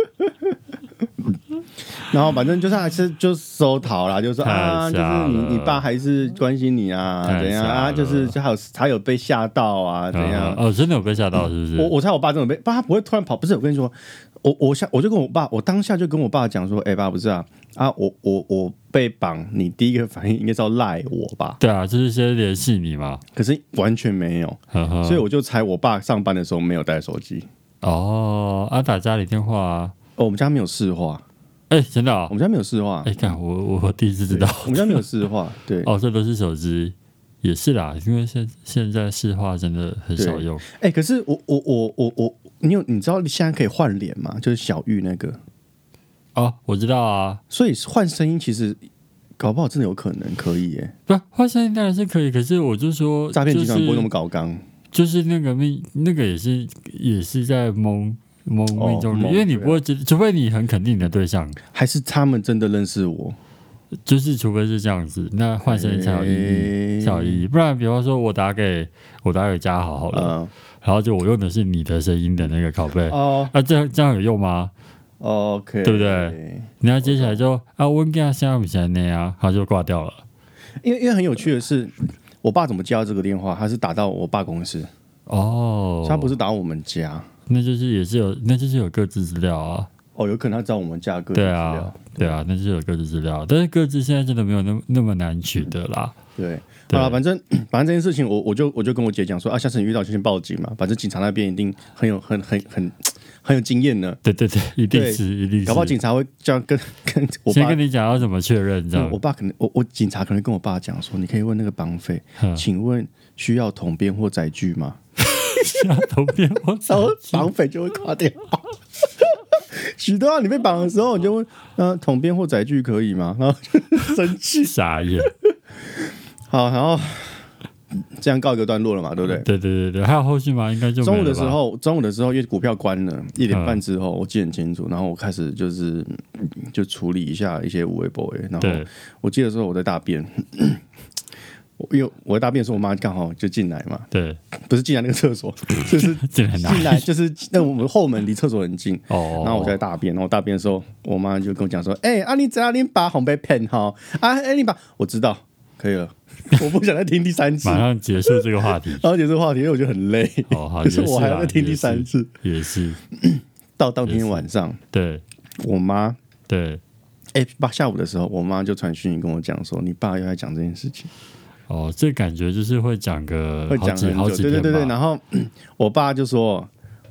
然后反正就是还是就收逃啦，就说啊，就是你你爸还是关心你啊，怎样啊，就是就还有还有被吓到啊，怎样？ 哦，真的有被吓到，是不是？ 我我猜我爸真的被，爸他不会突然跑，不是我跟你说，我我下我就跟我爸，我当下就跟我爸讲说，哎、欸、爸不是啊啊，我我我被绑，你第一个反应应该是要赖我吧？ 对啊，就是先联系你嘛。 可是完全没有，所以我就猜我爸上班的时候没有带手机。 哦，啊打家里电话啊？ 哦，我们家没有市话。 哎、欸，真的、哦， 我们家没有市话。 哎、欸，看我我第一次知道， 我们家没有市话。对， 哦，这都是手机，也是啦，因为现现在市话真的很少用。 哎、欸，可是我我我我我，你有你知道现在可以换脸吗？就是小玉那个。 哦，我知道啊。 所以换声音其实搞不好真的有可能可以耶。 不，换声音当然是可以，可是我就说， 诈骗集团不会那么搞刚。 就是那个命，那个也是也是在蒙。蒙命中率、哦，因为你不会知，除非你很肯定你的对象， 还是他们真的认识我， 就是除非是这样子，那换声音才有意义，才有意义。不然，比方说我打给我打给嘉豪好了、嗯，然后就我用的是你的声音的那个拷贝，哦，啊，这样这样有用吗 ？OK， 对不对？你要接起来就啊，我跟他相比起来那样，他就挂掉了。 因为因为很有趣的是，我爸怎么接到这个电话？他是打到我爸公司哦，他不是打我们家。 那就是也是有，那就是有各自资料啊。 哦，有可能他知道我们家各自资料。 对啊，对啊，那就是有各自资料，但是各自现在真的没有那么那么难取得啦。 对，好了，反正反正这件事情我，我我就我就跟我姐讲说啊，下次你遇到就先报警嘛，反正警察那边一定很有很很很很有经验呢。 对对对，一定是一定是。 搞不好警察会这样跟跟我爸先跟你讲要怎么确认，你知道吗？ 我爸可能我我警察可能跟我爸讲说，你可以问那个绑匪，请问需要统编或载具吗？ 需要统编或载具， 然后绑匪就会挂电话。许多啊，你被绑的时候，你就问，呃，统编或载具可以吗？然后就生气， 傻眼。 好，然后这样告一个段落了嘛，对不对？ 对对对对，还有后续吗？应该就没了吧。 中午的时候，中午的时候，因为股票关了一点半之后，我记得很清楚。然后我开始就是就处理一下一些无微不微。然后我记得说我在大便。因为我在大便的时候，我妈刚好就进来嘛。 对， 不是进来那个厕所，就是进来进来就是那我们后门离厕所很近。哦。然后我就在大便，然后大便的时候，我妈就跟我讲说：“哎、欸，啊你只要你把红被骗哈啊，哎、欸、你把我知道可以了，我不想再听第三次。” 马上结束这个话题。 然后结束这个话题，因为我觉得很累。 哦，好， 可是我还要再听第三次。 也是。 到当天晚上， 对我妈对， 哎、欸，下午的时候，我妈就传讯息跟我讲说：“你爸又在讲这件事情。” 哦，这感觉就是会讲个会讲很久，对对对对。然后我爸就说：“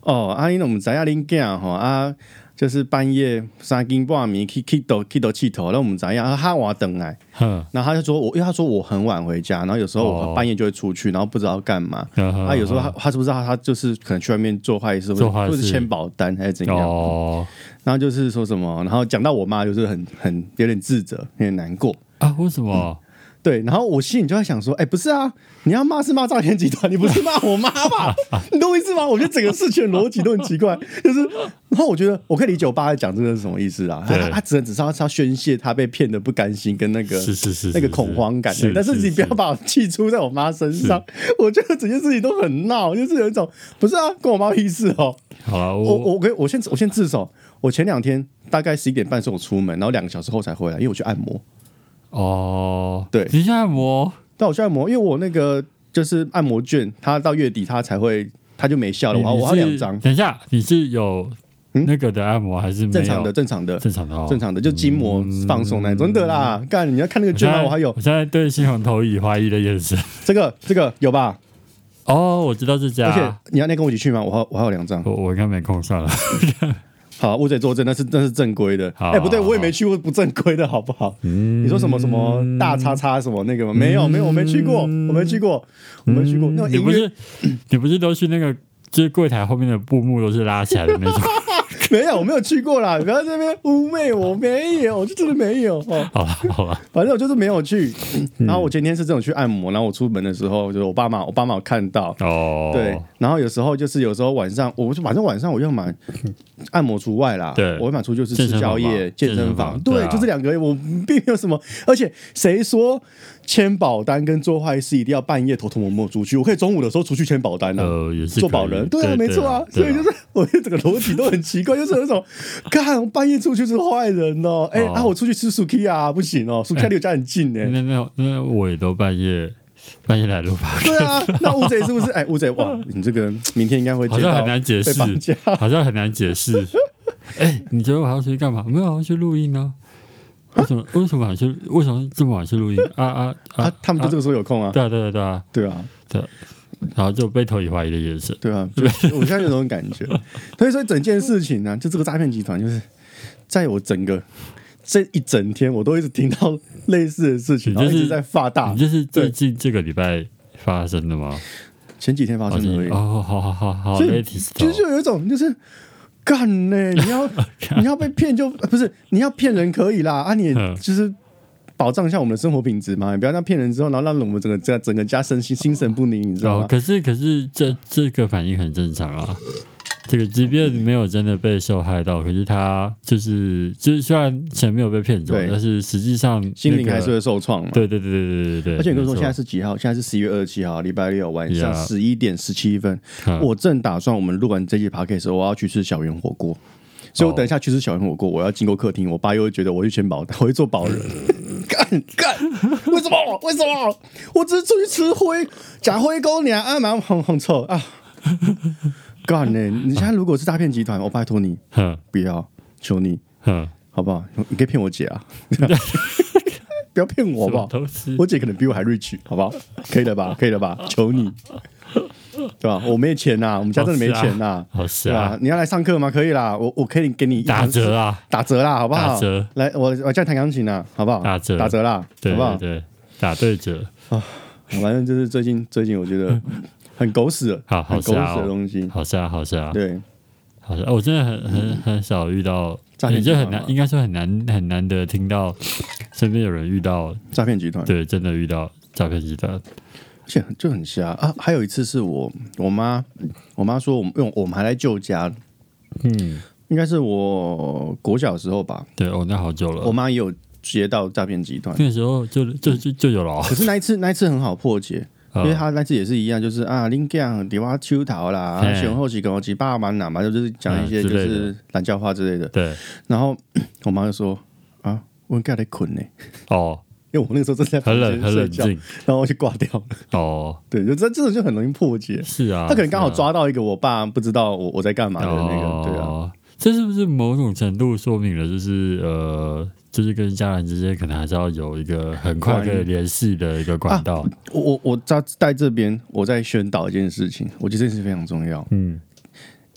哦，啊，因为我们知影恁囝吼啊，就是半夜三更半暝去去倒去倒气头，那我们知影啊，他晚等来，然后他就说我，因为他说我很晚回家，然后有时候我半夜就会出去，然后不知道干嘛，他、哦啊、有时候他他知不知道他就是可能去外面做坏事，或者是签保单还是怎样，哦，然后就是说什么，然后讲到我妈就是很很有点自责，有点难过啊，为什么？嗯对，然后我心里就在想说，哎、欸，不是啊，你要骂是骂诈骗集团，你不是骂我妈吧？你懂我意思吗？我觉得整个事情的逻辑都很奇怪，就是，然后我觉得我可以理解我爸在讲这个是什么意思啊？他他只能只是要他宣泄他被骗的不甘心跟那个是是是那个恐慌感，但是你不要把我气出在我妈身上。我觉得整件事情都很闹，就是有一种不是啊，跟我妈屁事哦。 好了， 我我我我先我先自首，我前两天大概十一点半的时候我出门，然后两个小时后才回来，因为我去按摩。 哦， 对， 你去按摩？ 对，我去按摩，因为我那个就是按摩券，它到月底它才会，它就没效了。我我还有两张。 等一下，你是有那个的按摩还是没有？ 正常的？正常的， 正常的，哦， 正常的，就筋膜放松那种。真的啦，干，你要看那个券吗？我还有。 我现在对新红投以怀疑的眼神。 这个这个有吧？ 哦，我知道这家。 而且你要那跟我一起去吗？我还我还有两张。 我我应该没空算了。 好，乌贼作证，那是那是正规的。哎、欸，不对，我也没去过不正规的，好不好？嗯、你说什么什么大叉叉什么那个吗？没有，没有，我没去过，我没去过，我没去过。那你不是你不是都去那个就是柜台后面的布幕都是拉起来的那种？ 没有，我没有去过啦！不要在那边污蔑我，没有，我就真的没有。哦， 好了好了， 反正我就是没有去。然后我前天是这种去按摩，然后我出门的时候，就是我爸妈，我爸妈有看到哦。对，然后有时候就是有时候晚上，我反正晚上我要买按摩除外啦。 对， 我会买出就是吃宵夜、健身房。对， 对啊、 就这两个，我并没有什么。而且谁说签保单跟做坏事一定要半夜偷偷摸摸出去？我可以中午的时候出去签保单啊， 呃，也是做保人。对啊，没错啊。所以就是我觉得整个逻辑都很奇怪。就是有种，看半夜出去是坏人哦，哎、欸、啊，我出去吃 Sukiya 啊，不行哦 ，Sukiya 离我家很近呢、欸。 那那那我也都半夜半夜来录吧。 对啊，那乌贼是不是？哎、欸，乌贼哇，你这个明天应该会好像很难解释，好像很难解释。哎、欸，你觉得我还要去干嘛？没有，我要去录音呢、啊。为什么？为什么想去？为什么这么晚去录音？啊啊啊！ 啊他们就这个时候有空啊？ 对啊，对啊，对啊， 对啊， 对。然后就被投以怀疑的眼神， 对啊，我现在有这种感觉。所以说整件事情呢、啊，就这个诈骗集团，就是在我整个这一整天，我都一直听到类似的事情，然后一直在发大。 你就是最近这个礼拜发生的吗？ 前几天发生的而已。 哦，好好好好， 所以就是有一种就是干呢，你要你要被骗就不是你要骗人可以啦啊，你就是保障一下我们的生活品质嘛，你不要让骗人之后，然后让我们整个整整个家身心心神不宁，你知道吗？ 哦、可是可是这这个反应很正常啊。这个即便没有真的被受害到，可是他就是就是虽然钱没有被骗走，但是实际上、那個、 心灵还是会受创嘛。 对对对对对对。 而且你跟我说现在是几号？现在是十一月二十七号，礼拜六晚上十一点十七分。Yeah. 我正打算我们录完这期 podcast 的时候，我要去吃小圆火锅。所以我等一下去吃小圆火锅，我要经过客厅，我爸又会觉得我去签保单，我会做保人。干干，为什么？为什么？我只是出去吃灰假灰狗娘啊，蛮很很臭啊！干呢、欸！你现在如果是诈骗集团，我拜托你，不要，求你，好不好？你可以骗我姐啊，不要骗我好不好？我姐可能比我还 rich， 好不好？可以了吧？可以了吧？求你。对吧？我没钱呐、啊，我们家真的没钱呐、啊， 好是啊， 你要来上课吗？可以啦，我我可以给你打折啊， 打折啦，好不好？ 打折， 来，我我教你弹钢琴啦，好不好？ 打折， 打折啦， 对好不好？ 对，打对折啊，反正就是最近最近我觉得很狗屎的， 好好很狗屎的东西， 好笑好笑， 对， 好笑，我真的很很很少遇到，也就很难，应该说很难很难得听到身边有人遇到诈骗集团， 对，真的遇到诈骗集团。 而且就很瞎啊！还有一次是我我妈，我妈说我们用我们还在旧家，嗯，应该是我国小的时候吧。 对，哦，那好久了。 我妈也有接到诈骗集团， 那时候就就就就有了、哦。 可是那一次那一次很好破解，因为他那次也是一样，就是啊，恁囝伫我手头啦，前后几个几百万呐嘛，就是讲一些就是懒教话之类的。 对， 然后我妈就说啊，我囝在困呢。哦。因为我那个时候正在很冷很冷静， 然后我就挂掉了。 哦， 对，就这这种就很容易破解。 是啊， 他可能刚好抓到一个我爸不知道我我在干嘛的那个，哦、对啊。 这是不是某种程度说明了，就是呃，就是跟家人之间可能还是要有一个很快可以联系的一个管道。啊、 我我我在在这边我在宣导一件事情，我觉得这件事非常重要。嗯。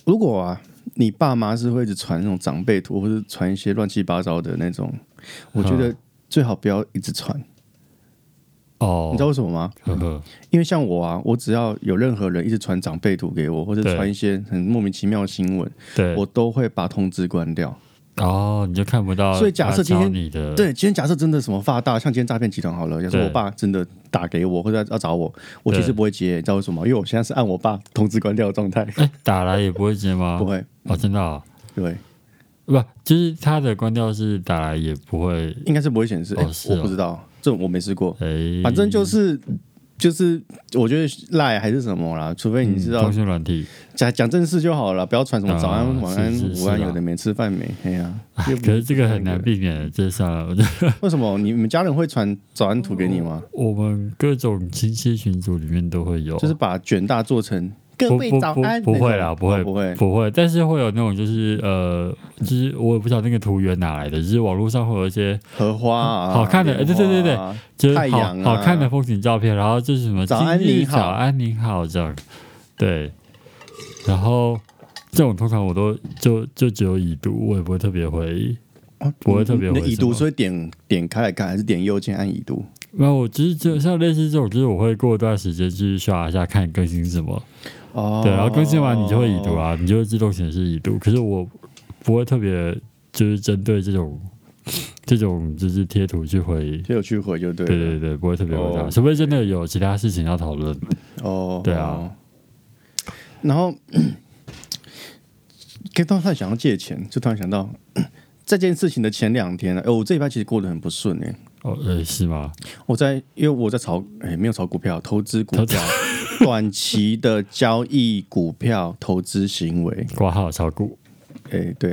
如果啊，你爸妈是会一直传那种长辈图，或者传一些乱七八糟的那种，我觉得最好不要一直传。 哦， 你知道为什么吗？ 呵呵， 因为像我啊，我只要有任何人一直传长辈图给我，或者传一些很莫名其妙的新闻， 对， 我都会把通知关掉。 哦，你就看不到。 所以假设今天你的对，今天假设真的什么发大，像今天诈骗集团好了，假设我爸真的打给我或者要找我，我其实不会接，你知道为什么吗？因为我现在是按我爸通知关掉的状态。 哎，打来也不会接吗？ 不会。 哦，真的啊？ 对。 不，就是他的关掉是打来也不会， 应该是不会显示。 哦是哦我不知道，这我没试过。 哎， 反正就是就是，我觉得赖还是什么啦，除非你知道通讯软体讲讲正事就好了，不要传什么早安、 啊晚安、 是是午安， 是啊有的没吃饭没，哎呀、啊。 可是这个很难避免，这算了。我觉得为什么你们家人会传早安图给你吗？ 我们各种亲戚群组里面都会有， 就是把卷大做成各位早安， 不不不会啦，不会、 哦、不会不会，但是会有那种就是呃，就是我也不知道那个图源哪来的，就是网络上会有一些荷花啊， 好看的，哎、对对对对，就是好太阳、 啊、好看的风景照片，然后就是什么早安你好， 早安你好这样，对，然后这种通常我都就就只有已读，我也不会特别回， 哦、 不会特别回。 已读是会点点开来看，还是点右键按已读？ 没有，我其实就像类似这种，就是我会过一段时间去刷一下看更新什么。 哦， 对，然后更新完你就会已读啊，你就会自动显示已读。可是我不会特别就是针对这种这种就是贴图去回， 就有去回就对了。 对对对，不会特别回答， 哦、 除非真的有其他事情要讨论。 哦， 对啊。 然后，刚突然想要借钱，就突然想到这件事情的前两天呢，哎，我这一排其实过得很不顺哎。 哦，呃，是吗？ 我在因为我在炒，哎，没有炒股票，投资股票，短期的交易股票投资行为， 挂号炒股。 哎，对，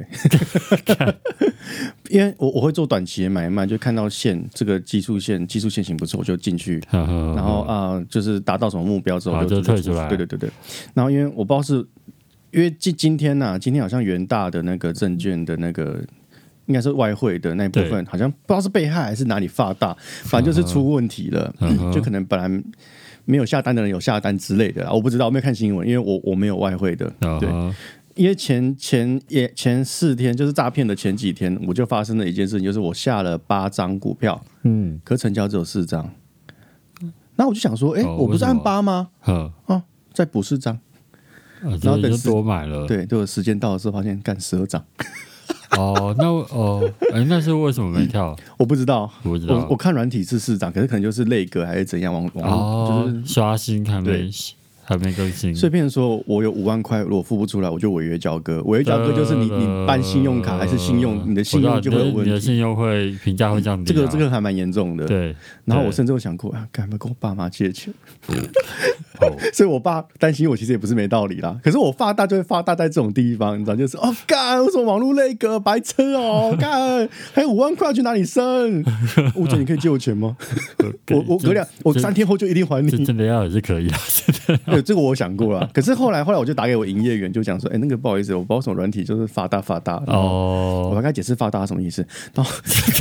因为我我会做短期的买卖，就看到线这个技术线技术线型不错，我就进去， 呵呵呵然后啊、呃，就是达到什么目标之后就退出来。 对对对对，然后因为我不知道是因为今今天呐、啊，今天好像元大的那个证券的那个。应该是外汇的那部分，好像不知道是被害还是哪里发大，反正就是出问题了，嗯、就可能本来没有下单的人有下单之类的啦，我不知道，我没有看新闻，因为我我没有外汇的， 嗯、 对，因为前前也前四天就是诈骗的前几天，我就发生了一件事情，就是我下了八张股票，嗯，可成交只有四张，那我就想说，哎、欸哦，我不是按八吗？哦、啊，再补四张， 啊、然后等多买了， 对，就时间到的时候发现干十二张。 哦，那哦，哎，那是为什么没跳？ 我不知道， 我不知道。 我, 我看软体是市长，可是可能就是类格还是怎样，网网哦， 就是刷新还没还没更新。 所以变成说我有五万块，如果付不出来，我就违约交割。违约交割就是你、呃、你办信用卡还是信用，你的信用就会有问题， 你的信用会评价会降低、啊。 这个这个还蛮严重的。 对。 然后我甚至有想过，啊，干嘛跟我爸妈借钱？哦、所以我爸担心我，其实也不是没道理啦。可是我发大就会发大在这种地方，你知道，就是哦，干，为什么网络那个白痴哦，干，还有五万块去哪里生？吴姐，你可以借我钱吗？我我隔两，我三天后就一定还你。 真的要也是可以啊， 对，这个我想过了。可是后来后来我就打给我营业员，就讲说，哎、欸，那个不好意思，我不知道什么软体就是发大发大。哦，我大概解释发大什么意思，然后。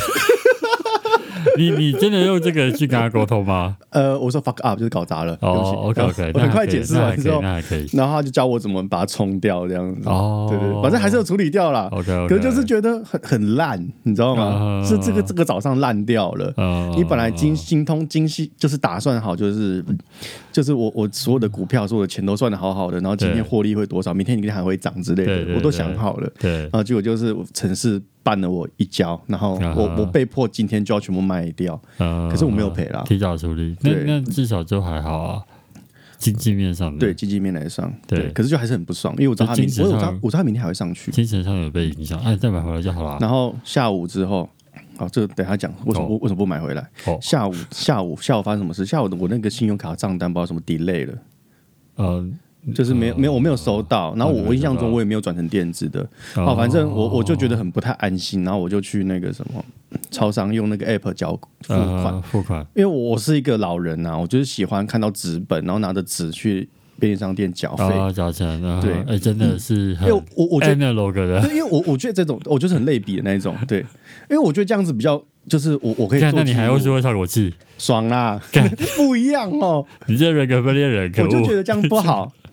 你你真的用这个去跟他沟通吗？ 呃，我说 fuck up 就是搞砸了。 哦 ，OK OK， 我很快解释完之后， 那还可以， 然后他就教我怎么把它冲掉，这样子。 哦， 对对对，反正还是有处理掉啦。 OK OK， 可是就是觉得很很烂，你知道吗？ Uh, 是这个这个早上烂掉了。Uh, 你本来精精通精细，就是打算好，就是就是我我所有的股票、所有的钱都算的好好的，然后今天获利会多少，明天一定还会涨之类的， 对对对， 我都想好了。 对， 然后结果就是城市绊了我一跤，然后我、uh, 我被迫今天就要全部卖掉。Uh, 可是我没有赔啦， 提早处理，那那至少就还好啊。经济面上的， 对经济面来上， 对， 对，可是就还是很不爽，因为我知道他明，我知道我知道他明天还会上去， 精神上有被影响，哎，再买回来就好了。 然后下午之后，好，这个等他讲为什么、哦、为什么不买回来？哦、下午下午下午发生什么事？下午我那个信用卡账单不知道什么 delay 了，呃。就是没有、呃、没有我没有收到，然后我印象中我也没有转成电子的，哦，反正我我就觉得很不太安心，然后我就去那个什么超商用那个 app 缴付款， 呃、付款， 因为我是一个老人呐、啊，我就是喜欢看到纸本，然后拿着纸去便利商店缴费， 哦，缴钱， 对， 哎、欸，真的是很， 因为我我觉得 analog 的， 对，因为我我觉得这种我就是很类比的那一种，对，因为我觉得这样子比较。就是我我可以做， 那你还要说效果器， 爽啦，不一样哦。 你这人格分裂人， 我就觉得这样不好。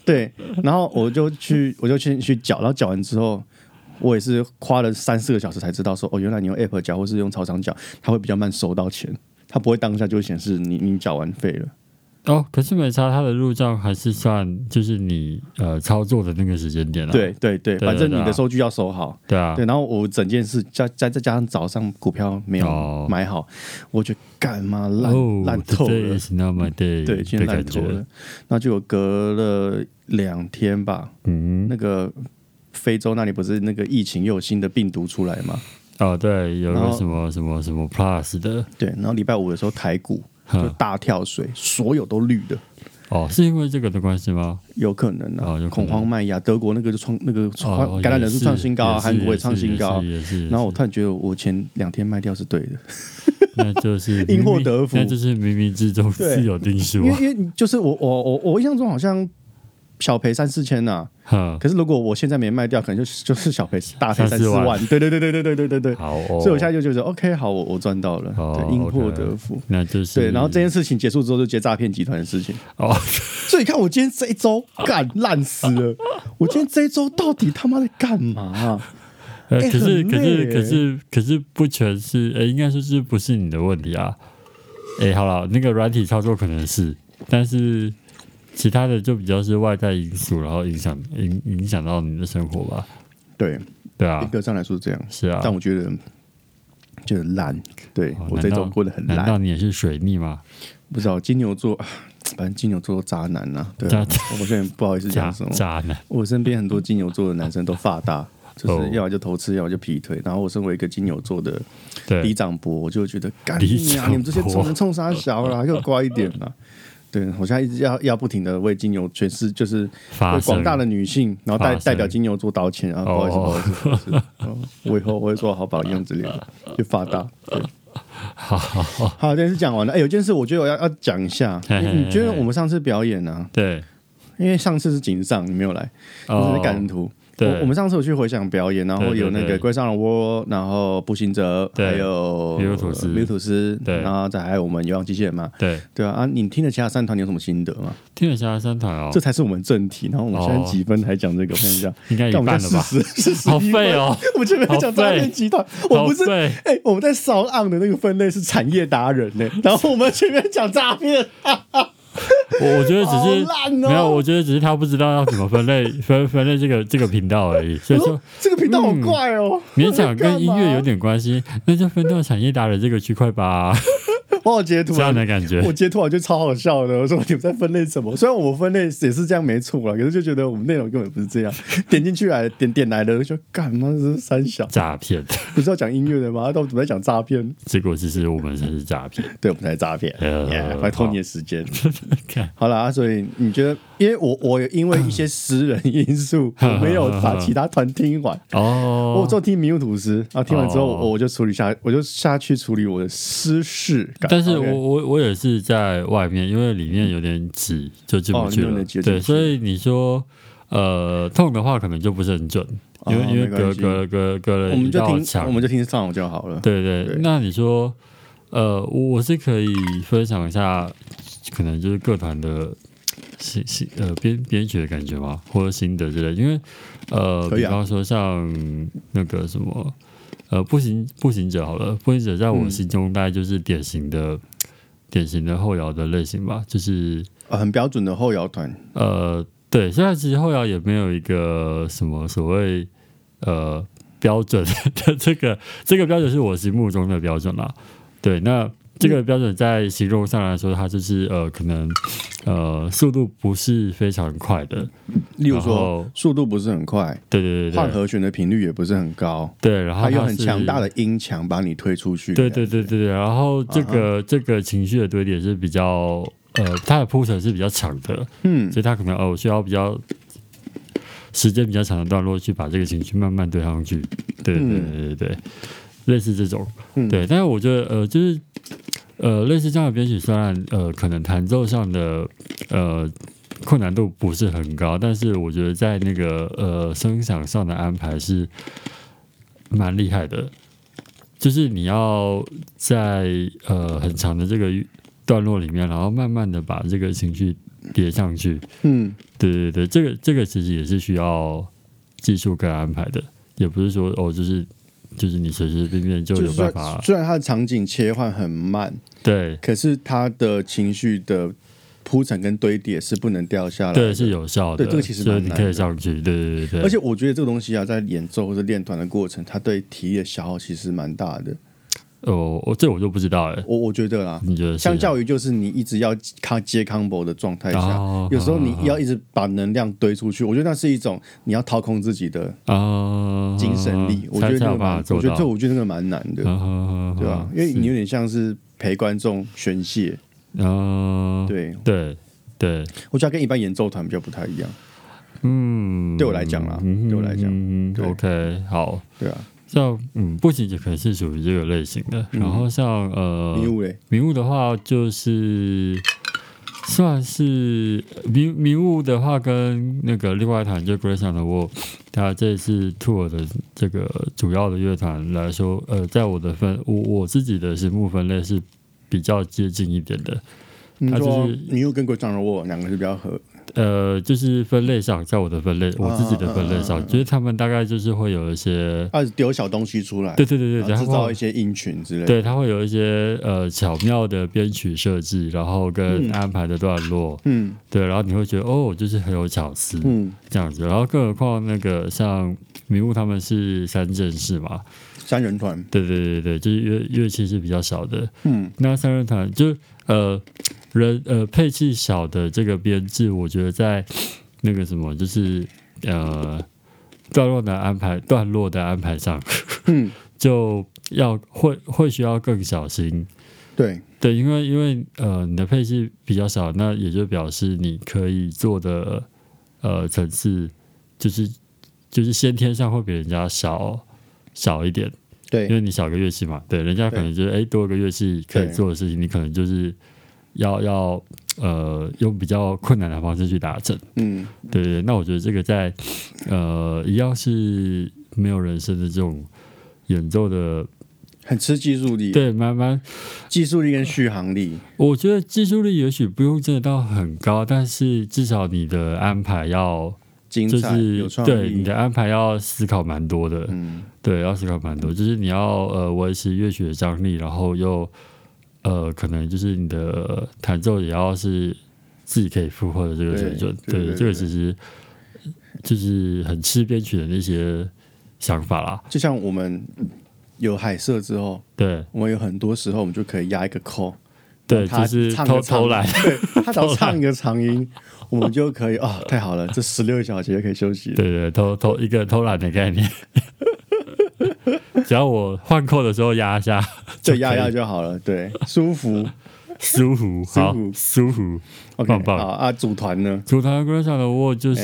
对，然后我就去我就去去缴，然后缴完之后。我也是花了三四个小时才知道说，哦，原来你用 App 缴或是用超商缴，它会比较慢收到钱，它不会当下就会显示你你缴完费了。 哦，可是没差，它的入账还是算就是你呃操作的那个时间点啊。 对对对， 对反正你的收据要收好。 对啊， 对，然后我整件事加再再加上早上股票没有买好，哦、我觉得干嘛烂烂、哦、透了，对，现在烂透了。那就有隔了两天吧，嗯，那个。非洲那里不是那个疫情又有新的病毒出来吗？ 哦，对，有个什么什么什么 Plus 的， 对，然后礼拜五的时候台股就大跳水，所有都绿的。 哦，是因为这个的关系吗？ 有可能啊，哦、恐慌卖压，德国那个就创那个哦、 感染人数创新高，韩国也创新高， 也是也是也是然后我突然觉得我前两天卖掉是对的。 那就是因祸得福， 那就是冥冥之中自有定数、 啊。因为因为就是我我我我印象中好像。小赔三四千呐、啊，可是如果我现在没卖掉，可能就就是小赔大赔三四万。对对对对对对对对对。 好、哦， 所以我现在就觉得 OK， 好，我我赚到了， 哦、 对，因祸得福。 那就是对，然后这件事情结束之后，就接诈骗集团的事情。 哦， 所以你看我今天这一周干烂死了，我今天这一周到底他妈在干嘛、啊？ 呃，可是、欸、可是可是可是不全是，呃，应该说是不是你的问题啊？哎、欸，好了，那个软体操作可能是，但是。其他的就比较是外在因素，然后影响影影响到你的生活吧。 对对啊， 严格上来说是这样。 是啊， 但我觉得觉得烂。对、哦、我这周过得很烂。 难道你也是水逆吗？ 不知道金牛座，反正金牛座渣男呐、啊。对啊，我现在不好意思讲什么渣男。 我身边很多金牛座的男生都发大，就是要么就偷吃，要么就劈腿。然后我身为一个金牛座的里长伯，我就觉得干你啊！你们这些冲冲啥小啦，给我乖一点啦。对，我现在一直要要不停的为金牛诠释，就是为广大的女性，然后代代表金牛座道歉啊，不好意思，不好意思，不好意思，哦、我以后我会做好榜样之类的，就发大。对， 好好好， 好，这件事讲完了。哎、欸，有件事我觉得我要要讲一下，嘿嘿嘿你觉得我们上次表演啊？ 对， 因为上次是井上，你没有来，你只是感人图。我, 我们上次有去回想表演，然后有那个龟上的窝，然后步行者，还有米鲁吐司， 米鲁吐司，然后再还有我们有氧机器人嘛， 对对啊啊！你听了其他三团，你有什么心得吗？ 听了其他三团哦， 这才是我们正题。然后我们现在几分还讲这个？我看一下， 应该一半了吧？好废哦！ 我们前面讲诈骗集团，我不是哎、欸，我们在SoundOn的那个分类是产业达人呢、欸，然后我们前面讲诈骗。 我我觉得只是、 哦、 没有，我觉得只是他不知道要怎么分类分分类这个这个频道而已。所以说、哦、 这个频道好怪哦， 勉、嗯、强跟音乐有点关系，那就分到产业达人这个区块吧。 我有截图、啊、 这样的感觉， 我截图我就超好笑的。我说你们在分类什么？虽然我们分类也是这样没错啦，可是就觉得我们内容根本不是这样。点进去来点点来的就干嘛是三小诈骗？ 不是要讲音乐的吗？到底在讲诈骗？ 结果其实我们才是诈骗， 对，我们才是诈骗， 呃， 来偷你的时间。好了、啊，所以你觉得，因为我我因为一些私人因素，我没有把其他团听完哦， 我只有听迷雾吐司，然后听完之后，哦、我就处理下，我就下去处理我的私事。 但是我我我也是在外面，因为里面有点挤，就进不去了。 哦、 对，所以你说呃痛的话，可能就不是很准，因为、哦、因为隔隔隔隔了一道墙， 我们就听上就好了。 对 对, 對，那你说呃，我是可以分享一下，可能就是各团的新新呃编编曲的感觉吗，或者心得之类的？因为呃，比方说像那个什么。呃，步行步行者好了，步行者在我心中大概就是典型的、嗯、典型的后摇的类型吧，就是、 呃、很标准的后摇团。 呃，对，现在其实后摇也没有一个什么所谓呃标准的这个这个标准是我心目中的标准啦。对，那这个标准在形容上来说，它就是呃可能呃速度不是非常快的， 例如说速度不是很快， 对对对对， 换和弦的频率也不是很高， 对，然后它有很强大的音墙把你推出去， 对对对对对，然后这个、uh-huh. 这个情绪的堆叠是比较呃它的铺陈是比较长的，嗯，所以它可能哦需要比较时间比较长的段落去把这个情绪慢慢堆上去，对对对对对。嗯，类似这种，对，但是我觉得，呃，就是，呃，类似这样的编曲，虽然呃，可能弹奏上的呃困难度不是很高，但是我觉得在那个呃声响上的安排是蛮厉害的。就是你要在呃很长的这个段落里面，然后慢慢的把这个情绪叠上去。 嗯， 对对对，这个这个其实也是需要技术跟安排的，也不是说哦，就是就是你随随便便就有办法。 虽然它的场景切换很慢， 对， 可是它的情绪的铺陈跟堆叠是不能掉下来的， 对，是有效的。 对，这个其实蛮难的， 所以你可以上去。对对对对。 而且我觉得这个东西啊，在演奏或者练团的过程，它对体力的消耗其实蛮大的。 哦，我这我就不知道哎。 我我觉得啦， 你觉得？ 相较于就是你一直要接 combo 的状态下， 哦、 有时候你要一直把能量堆出去，我觉得那是一种你要掏空自己的精神力。 哦、 我觉得那个蛮，我觉得这我觉得那个蛮难的， 哦、 对吧？因为你有点像是陪观众宣泄。 哦， 对对对， 我觉得跟一般演奏团比较不太一样。 嗯， 对我来讲啦，嗯、对我来讲、 嗯、，OK， 好， 对啊。 像嗯，步行者可能是属于这个类型的，嗯、然后像呃， 迷雾嘞， 迷雾的话就是算是迷迷雾的话，跟那个另外一团就 Grayson 的我，他这次 tour 的这个主要的乐团来说，呃，在我的分我我自己的节目分类是比较接近一点的。 他就是迷雾跟 Grayson 的我两个是比较合。 呃，就是分类上，在我的分类，我自己的分类上，啊、就是他们大概就是会有一些， 啊，丢小东西出来， 对对对对， 制造一些音群之类的， 对，它会有一些呃巧妙的编曲设计，然后跟安排的段落，嗯，对，然后你会觉得哦，就是很有巧思，嗯，这样子，然后更何况那个像迷雾他们是三件事嘛， 三人团， 对对对对，就是乐乐器是比较少的，嗯，那三人团就呃。人呃配器小的这个编制，我觉得在那个什么，就是呃段落的安排，段落的安排上，嗯，就要会会需要更小心。 对对，因为因为呃你的配器比较少，那也就表示你可以做的呃层次，就是就是先天上会比人家少少一点。 对， 因为你少个乐器嘛，对，人家可能觉得哎多个乐器可以做的事情，你可能就是。要要呃用比较困难的方式去达成，嗯，对对，那我觉得这个在呃一样是没有人声的这种演奏的， 很吃技术力， 对，慢慢技术力跟续航力。 我觉得技术力也许不用真的到很高，但是至少你的安排要精彩，就是有创意， 对你的安排要思考蛮多的，嗯，对，要思考蛮多，就是你要呃维持乐曲的张力，然后又。呃，可能就是你的弹奏也要是自己可以负荷的这个水准，对，对对对对这个其实就是很吃编曲的那些想法啦。 就像我们有海社之后， 对， 我们有很多时候我们就可以压一个扣， 对，就是偷偷来， 对，他只要唱一个长音，我们就可以啊、哦，太好了，这十六个小节就可以休息了。 对对，偷偷一个偷懒的概念。只要我换扣的时候压一下， 就压压就好了。对，舒服， 舒服，好，舒服。 OK， 棒棒。 好啊，组团呢？ 组团 Grayson 的我就是、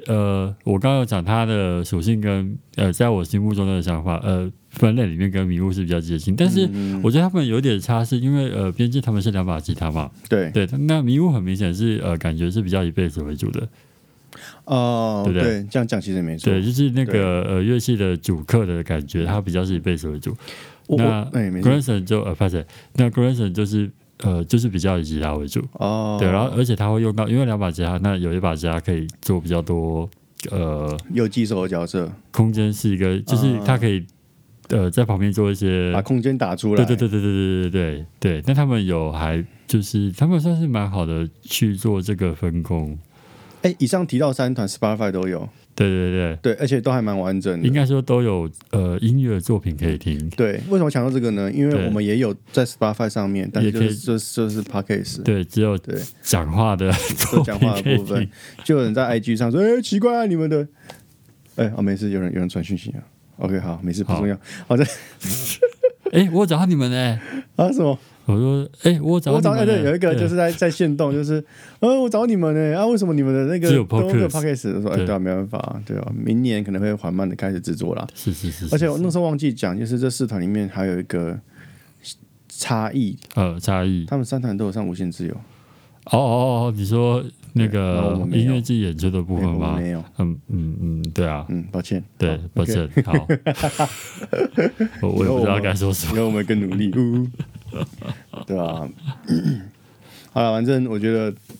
欸、呃，我刚刚有讲它的属性跟呃，在我心目中的想法，呃，分类里面跟迷雾是比较接近，但是我觉得他们有点差，是因为呃，编制他们是两把吉他嘛， 对对，那迷雾很明显是呃，感觉是比较以贝斯为主的。 哦， 对不对？ 对，这样讲其实没错。 对，就是那个呃乐器的主客的感觉，它比较是以贝斯为主。那 Grayson 就呃，不是，那 Grayson 就是呃，就是比较以吉他为主。哦，对，然后而且他会用到，因为两把吉他，那有一把吉他可以做比较多呃， 有击手的角色， 空间是一个，就是他可以呃在旁边做一些把空间打出来。 对对对对对对对对。但他们有还就是他们算是蛮好的去做这个分工。 哎，以上提到三团 Spotify 都有， 对对对对，而且都还蛮完整的， 应该说都有呃音乐作品可以听。 对，为什么强调这个呢？因为我们也有在 Spotify 上面，但是就是就是就是 Podcast， 对，只有对讲话的讲话的部分，就有人在 I G 上说，哎，奇怪啊，你们的，哎，哦，没事，有人有人传讯息啊 ，OK， 好，没事，不重要，好的， 哎，我找到你们呢， 啊，什么？ 我说，哎、欸，我找你们、欸， 对，有一个就是在在限动，就是，呃，我找你们呢、欸，啊，为什么你们的那个都没有 podcast？ 我说，哎、欸，对啊，没办法，对啊，明年可能会缓慢的开始制作啦。 是是 是, 是， 而且我那时候忘记讲，就是这四团里面还有一个差异， 呃，差异， 他们三团都有上无限自由。 哦哦哦，你说那个音乐季演出的部分吗？ 没有， 嗯嗯嗯，对啊， 嗯，抱歉， 对，抱歉，好，我我也不知道该说什么， 以后我们更努力，对啊，好了，反正我觉得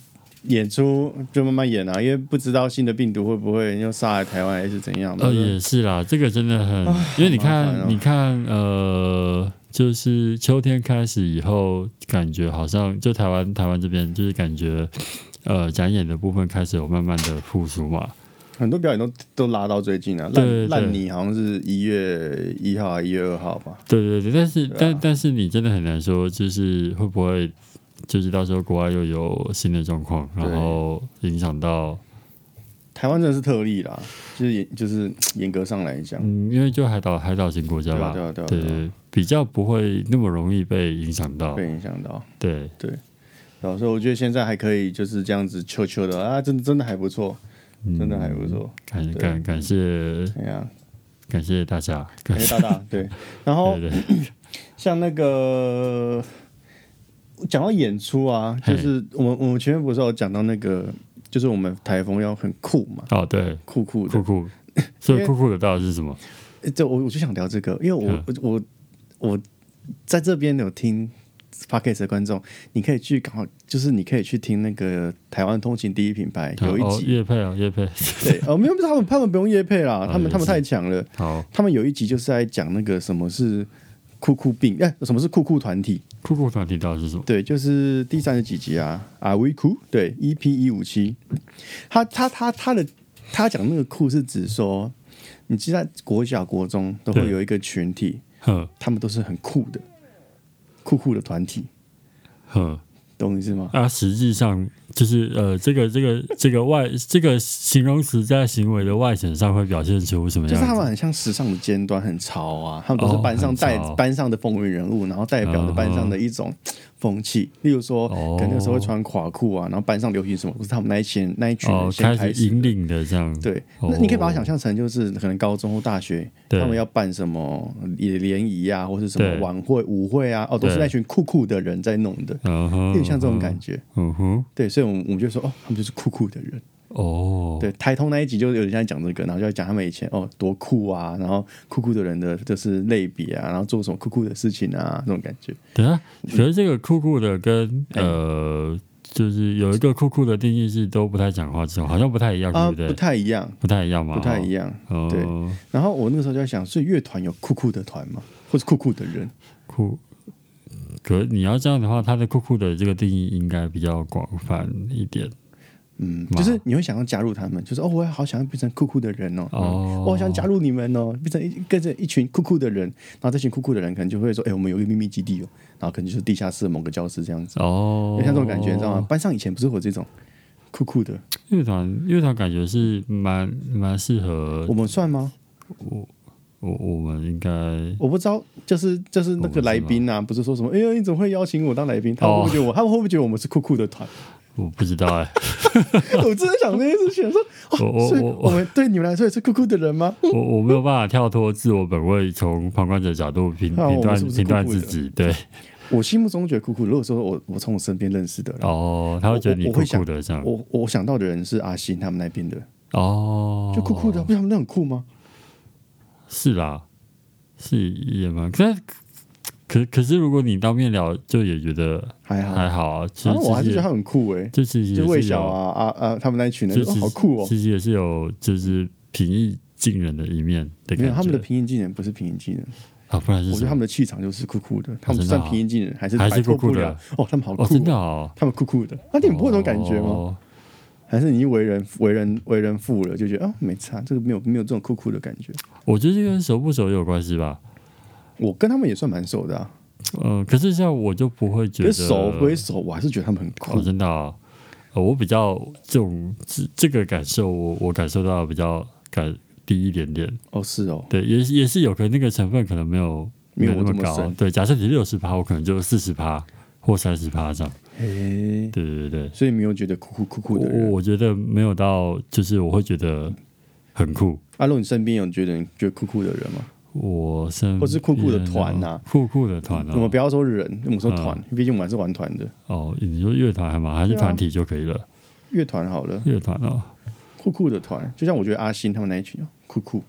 演出就慢慢演啊，因为不知道新的病毒会不会又杀来台湾还是怎样。 呃，也是啦，这个真的很，因为你看，哦、你看，呃，就是秋天开始以后，感觉好像就台湾台湾这边就是感觉，呃，展演的部分开始有慢慢的复苏嘛。 很多表演都都拉到最近了，烂烂泥好像是一月一号还一月二号吧？ 对对对，但是、啊、但但是你真的很难说，就是会不会。就是到时候国外又有新的状况，然后影响到台湾，真的是特例啦。就是就是严格上来讲， 嗯，因为就海岛海岛型国家吧， 对啊对啊对啊， 对，比较不会那么容易被影响到， 被影响到， 对对。然后所以我觉得现在还可以就是这样子秋秋的啊，真的真的还不错，真的还不错。 感感感谢， 哎呀， 感谢大家， 感谢大大。对，然后对对像那个。讲到演出啊，就是我们我们前面不是有讲到那个，就是我们台风要很酷嘛？ 哦，对， 酷酷的， 酷酷。所以酷酷的到底是什么？ 这我我就想聊这个，因为我、嗯、我我在这边有听 podcast 的观众，你可以去刚好就是你可以去听那个台湾通勤第一品牌有一集业配啊业配， 对哦没有他们他们不用业配啦，他们他们太强了。 好， 他们有一集就是在讲那个什么是酷酷病，哎、欸，什么是酷酷团体？ 酷酷团体到底是什么？ 对，就是第三十几集啊 ，Are we cool？ 对 ，E P 一五七，他他他他的他讲那个酷是指说，你记得在国小国中都会有一个群体，他们都是很酷的，酷酷的团体，懂我意思吗？ 啊，实际上就是呃，这个这个这个外这个形容词在行为的外显上会表现出什么样子？ 就是他们很像时尚的尖端，很潮啊，他们都是班上带、哦、班上的风云人物，然后代表着班上的一种风气。哦、例如说，哦、可能那个时候会穿垮裤啊，然后班上流行什么，不是他们那一群那一群人先开始引领的这样。 对，哦、那你可以把它想象成就是可能高中或大学，他们要办什么联谊啊，或是什么晚会、舞会啊，哦，都是那群酷酷的人在弄的，有点像这种感觉。 嗯哼， 对，所以我们我们就说，哦，他们就是酷酷的人。 哦， 对，台通那一集就有点像讲这个，然后就在讲他们以前哦多酷啊，然后酷酷的人的就是类别啊，然后做什么酷酷的事情啊，那种感觉。 对啊，可是这个酷酷的跟、嗯、呃，就是有一个酷酷的定义是都不太讲话，这种好像不太一样，对不对？ 啊，不太一样， 不太一样吗？ 不太一样。 哦、 对。然后我那个时候就在想，所以乐团有酷酷的团吗？或是酷酷的人？ 酷。可你要这样的话，他的酷酷的这个定义应该比较广泛一点。 嗯，就是你会想要加入他们，就是哦，我也好想要变成酷酷的人哦，哦，我好想加入你们哦，变成一跟着一群酷酷的人，然后这群酷酷的人可能就会说，哎、欸，我们有一个秘密基地哦，然后可能就是地下室的某个教室这样子哦，有像这种感觉，你知道吗？班上以前不是有这种酷酷的乐团，乐团感觉是蛮蛮适合我们算吗？ 我我我们应该我不知道，就是就是那个来宾啊，不是说什么，哎呀，你怎么会邀请我当来宾？他们会不会觉得我，哦、他们会不会觉得我们是酷酷的团？ 我不知道哎、 欸，我真的想这件事情，说，哦、我所以我们对你们来说也是酷酷的人吗？ 我我没有办法跳脱自我本位，从旁观者角度评评断评断自己。对， 我心目中觉得酷酷，如果说我我从我身边认识的， 哦，他会觉得你酷酷的这样。 我我, 我想到的人是阿信他们那边的， 哦， 就酷酷的，不是他们那很酷吗？ 是啦，是也蛮可。可可是，如果你当面聊，就也觉得还好还好啊。其实、啊、 我还是觉得他很酷哎、欸， 就其实就魏小啊啊啊，他们那一群人、哦、好酷哦。 其实也是有就是平易近人的一面的感觉。 没有，他们的平易近人不是平易近人啊，不然是我觉得他们的气场就是酷酷的。他们算平易近人，还是还是酷酷的哦，他们好酷、 哦，真的哦， 他们酷酷的。那、啊、你们不会有这种感觉吗？ 哦、 还是你为人为人为人父了，就觉得啊没差，这个没有没有这种酷酷的感觉？ 我觉得这跟熟不熟也有关系吧。 我跟他们也算蛮熟的啊。 呃，可是像我就不会觉得熟归熟，我还是觉得他们很酷。 哦、真的、哦呃，我比较这种这这个感受我，我感受到比较感低一点点。 哦，是哦， 对，也也是有可能那个成分可能没有没有那么高。对，假设你六十趴，我可能就四十趴或三十趴这样。 嘿， 对对对， 所以没有觉得酷酷酷酷的人， 我我觉得没有到，就是我会觉得很酷。 阿洛，你身边有觉得你觉得酷酷的人吗？ 我身或是酷酷的团呐、啊， 酷酷的团啊， 我们不要说人，我们说团，嗯、毕竟我们还是玩团的。 哦，你说乐团吗？还是团体就可以了？ 乐团、啊、好了， 乐团哦， 酷酷的团，就像我觉得阿信他们那一群酷酷。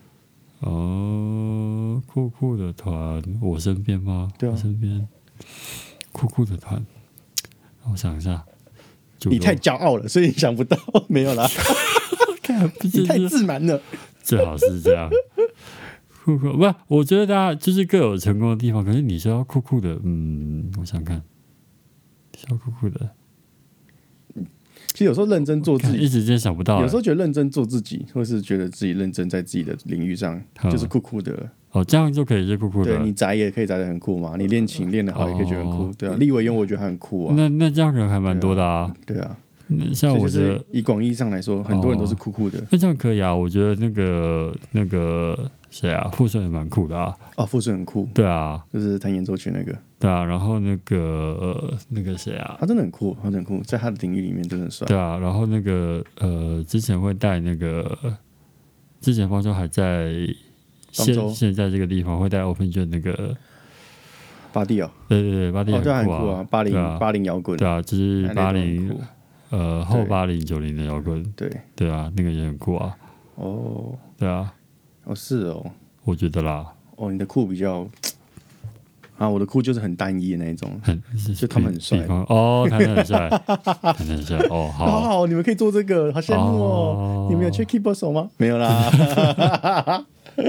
哦，酷酷的团，我身边吗？ 对啊， 我身边酷酷的团，我想一下， 你太骄傲了，所以你想不到，没有啦，你太自满了， 最好是这样。酷酷不，我觉得大家就是各有成功的地方，可是你说要酷酷的，嗯，我想看，要酷酷的。 其实有时候认真做自己， 一时间想不到。 有时候觉得认真做自己，或是觉得自己认真在自己的领域上，就是酷酷的。 哦，这样就可以是酷酷的。 对，你宅也可以宅得很酷嘛，你练琴练得好也可以觉得很酷，对啊。立委用我觉得很酷啊。 那那这样人还蛮多的啊。 对啊。 像我觉得以广义上来说，很多人都是酷酷的。 那这样可以啊，我觉得那个那个谁啊，富顺也蛮酷的啊。 哦，富顺很酷。 对啊， 就是弹演奏曲那个。 对啊，然后那个呃那个谁啊， 他真的很酷，他真的很酷，在他的领域里面真的很帅。 对啊，然后那个呃之前会带那个，之前方舟还在现现在这个地方会带 Open 卷那个巴蒂哦， 对对对，巴蒂很酷啊， 很酷啊，八零八零摇滚， 对啊，就是八零呃后八零九零的摇滚， 对对啊，那个也很酷啊。 哦， 对啊， 哦是哦， 我觉得啦， 哦你的酷比较。啊，我的酷就是很单一的那一种， 很就他们很帅哦，弹得很帅，弹得很帅哦，好， 好好，你们可以做这个，好羡慕哦。哦你们有缺 keyboard 手吗？没有啦。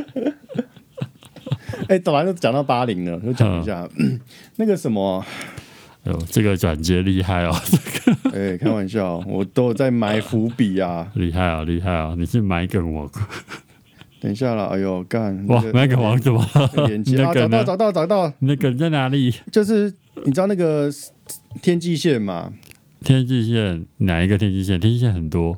哎，突然就讲到八零了，就讲一下、嗯、那个什么。 哎呦，这个转接厉害哦！ 哎、欸，开玩笑，我都有在埋伏笔啊， 厉害啊，厉害啊！你是埋梗我。 等一下了，哎呦，干！ 哇，那个王怎么了？ 眼睛啊，找到，找到，找到！ 你的梗在哪里？ 就是你知道那个天际线嘛？ 天际线哪一个天际线？天际线很多。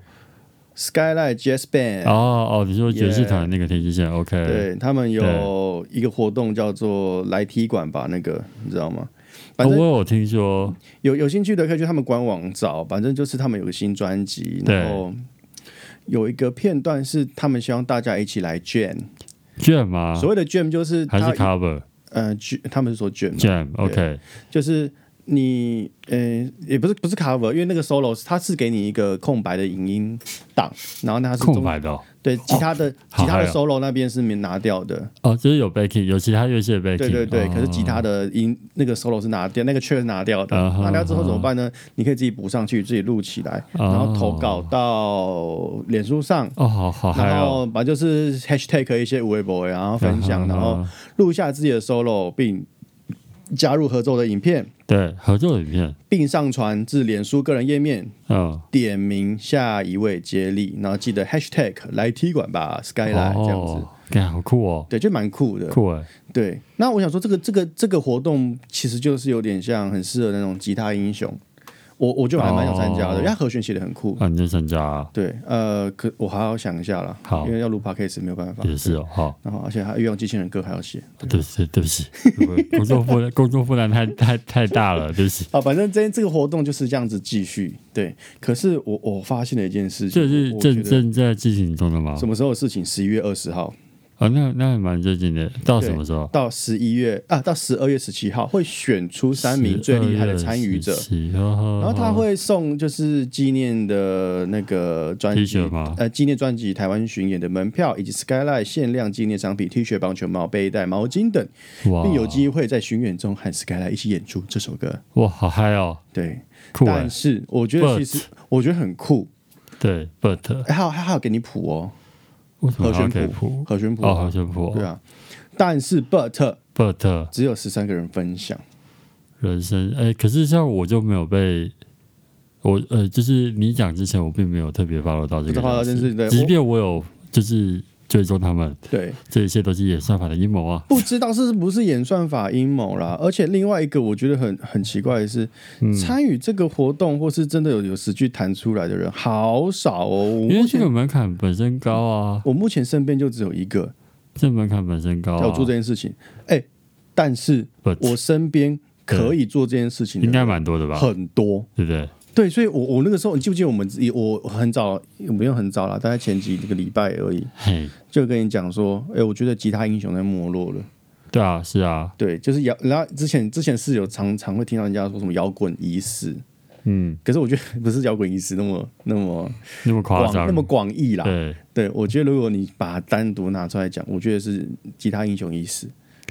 Skyline Jazz Band。 哦哦，你说爵士团那个天际线 ，OK？ 对他们有一个活动叫做来踢馆吧，那个你知道吗？反正、 哦、我有听说， 有有兴趣的可以去他们官网找，反正就是他们有个新专辑，然后。有一个片段是他们希望大家一起来 jam jam 吗？ 所谓的 jam 就是还是 cover？ 呃，他们是说 jam jam OK， 就是你呃也不是不是 cover， 因为那个 solo 它是给你一个空白的影音档，然后它是空白的、哦， 对，吉他的、哦、吉他的 solo 那边是没拿掉的哦，就是有 backing， 有其他乐器的 backing， 对对对、 哦， 可是吉他的音那个 solo 是拿掉，那个 track 是拿掉的，哦、拿掉之后怎么办呢？哦、你可以自己补上去，自己录起来，哦、然后投稿到脸书上， 哦，好好， 然后把就是 hashtag 一些微博，然后分享，然后录下自己的 solo， 并加入合奏的影片， 对，合奏的影片， 并上传至脸书个人页面， 嗯， 点名下一位接力，然后记得 hashtag 来踢馆吧 Skyline、哦、这样子， 干好酷哦， 对，就蛮酷的， 酷哎， 对。那我想说，这个这个这个活动其实就是有点像很适合那种吉他英雄。我我就还蛮想参加的， 哦、 因为他和弦写的很酷。 啊，你就参加啊？ 对，呃，可我还要想一下啦， 好， 因为要录 podcast 没有办法。 也是哦，好。 然后，而且还用机器人歌还要写。 对不起，对不起，工作负工作负担太太太大了，对不起。 好，反正这这个活动就是这样子继续。对，可是我我发现了一件事情， 这是正正在进行中的吗？ 什么时候的事情？十一月二十号。 啊，那那还蛮最近的，到什么时候？ 到十一月啊，到十二月十七号会选出三名最厉害的参与者，然后他会送就是纪念的那个专辑，呃，纪念专辑台湾巡演的门票，以及 Skyline 限量纪念商品 T 恤、棒球帽、背带、毛巾等，并有机会在巡演中和 Skyline 一起演出这首歌。 哇，好嗨哦！ 对， 酷欸， 但是我觉得其实我觉得很酷。 对 ，but 还有还有给你谱哦。 和弦谱，和弦谱， 哦，和弦谱， 对啊。但是 but but 只有十三个人分享。 人生，哎、欸，可是像我就没有被我呃，就是你讲之前，我并没有特别 follow 到这个件事，即便我有就是追踪他们， 对， 这一切都是演算法的阴谋啊！ 不知道是不是演算法阴谋啦。而且另外一个我觉得很很奇怪的是，嗯、参与这个活动或是真的有有实际弹出来的人好少哦。 因为这个门槛本身高啊， 我目前身边就只有一个， 这门槛本身高、啊， 要做这件事情。哎、欸，但是我身边可以做这件事情的应该蛮多的吧？ 很多， 对不对？ 对，所以我，我我那个时候，你记不记得我们我很早，没有很早啦，大概前几个礼拜而已，就跟你讲说，哎、欸，我觉得吉他英雄在没落了。 对啊，是啊， 对，就是摇，然后之前之前是有常常会听到人家说什么摇滚仪式， 嗯， 可是我觉得不是摇滚仪式那么那么那么夸张， 那么广义啦。 对， 对我觉得如果你把它单独拿出来讲，我觉得是吉他英雄仪式。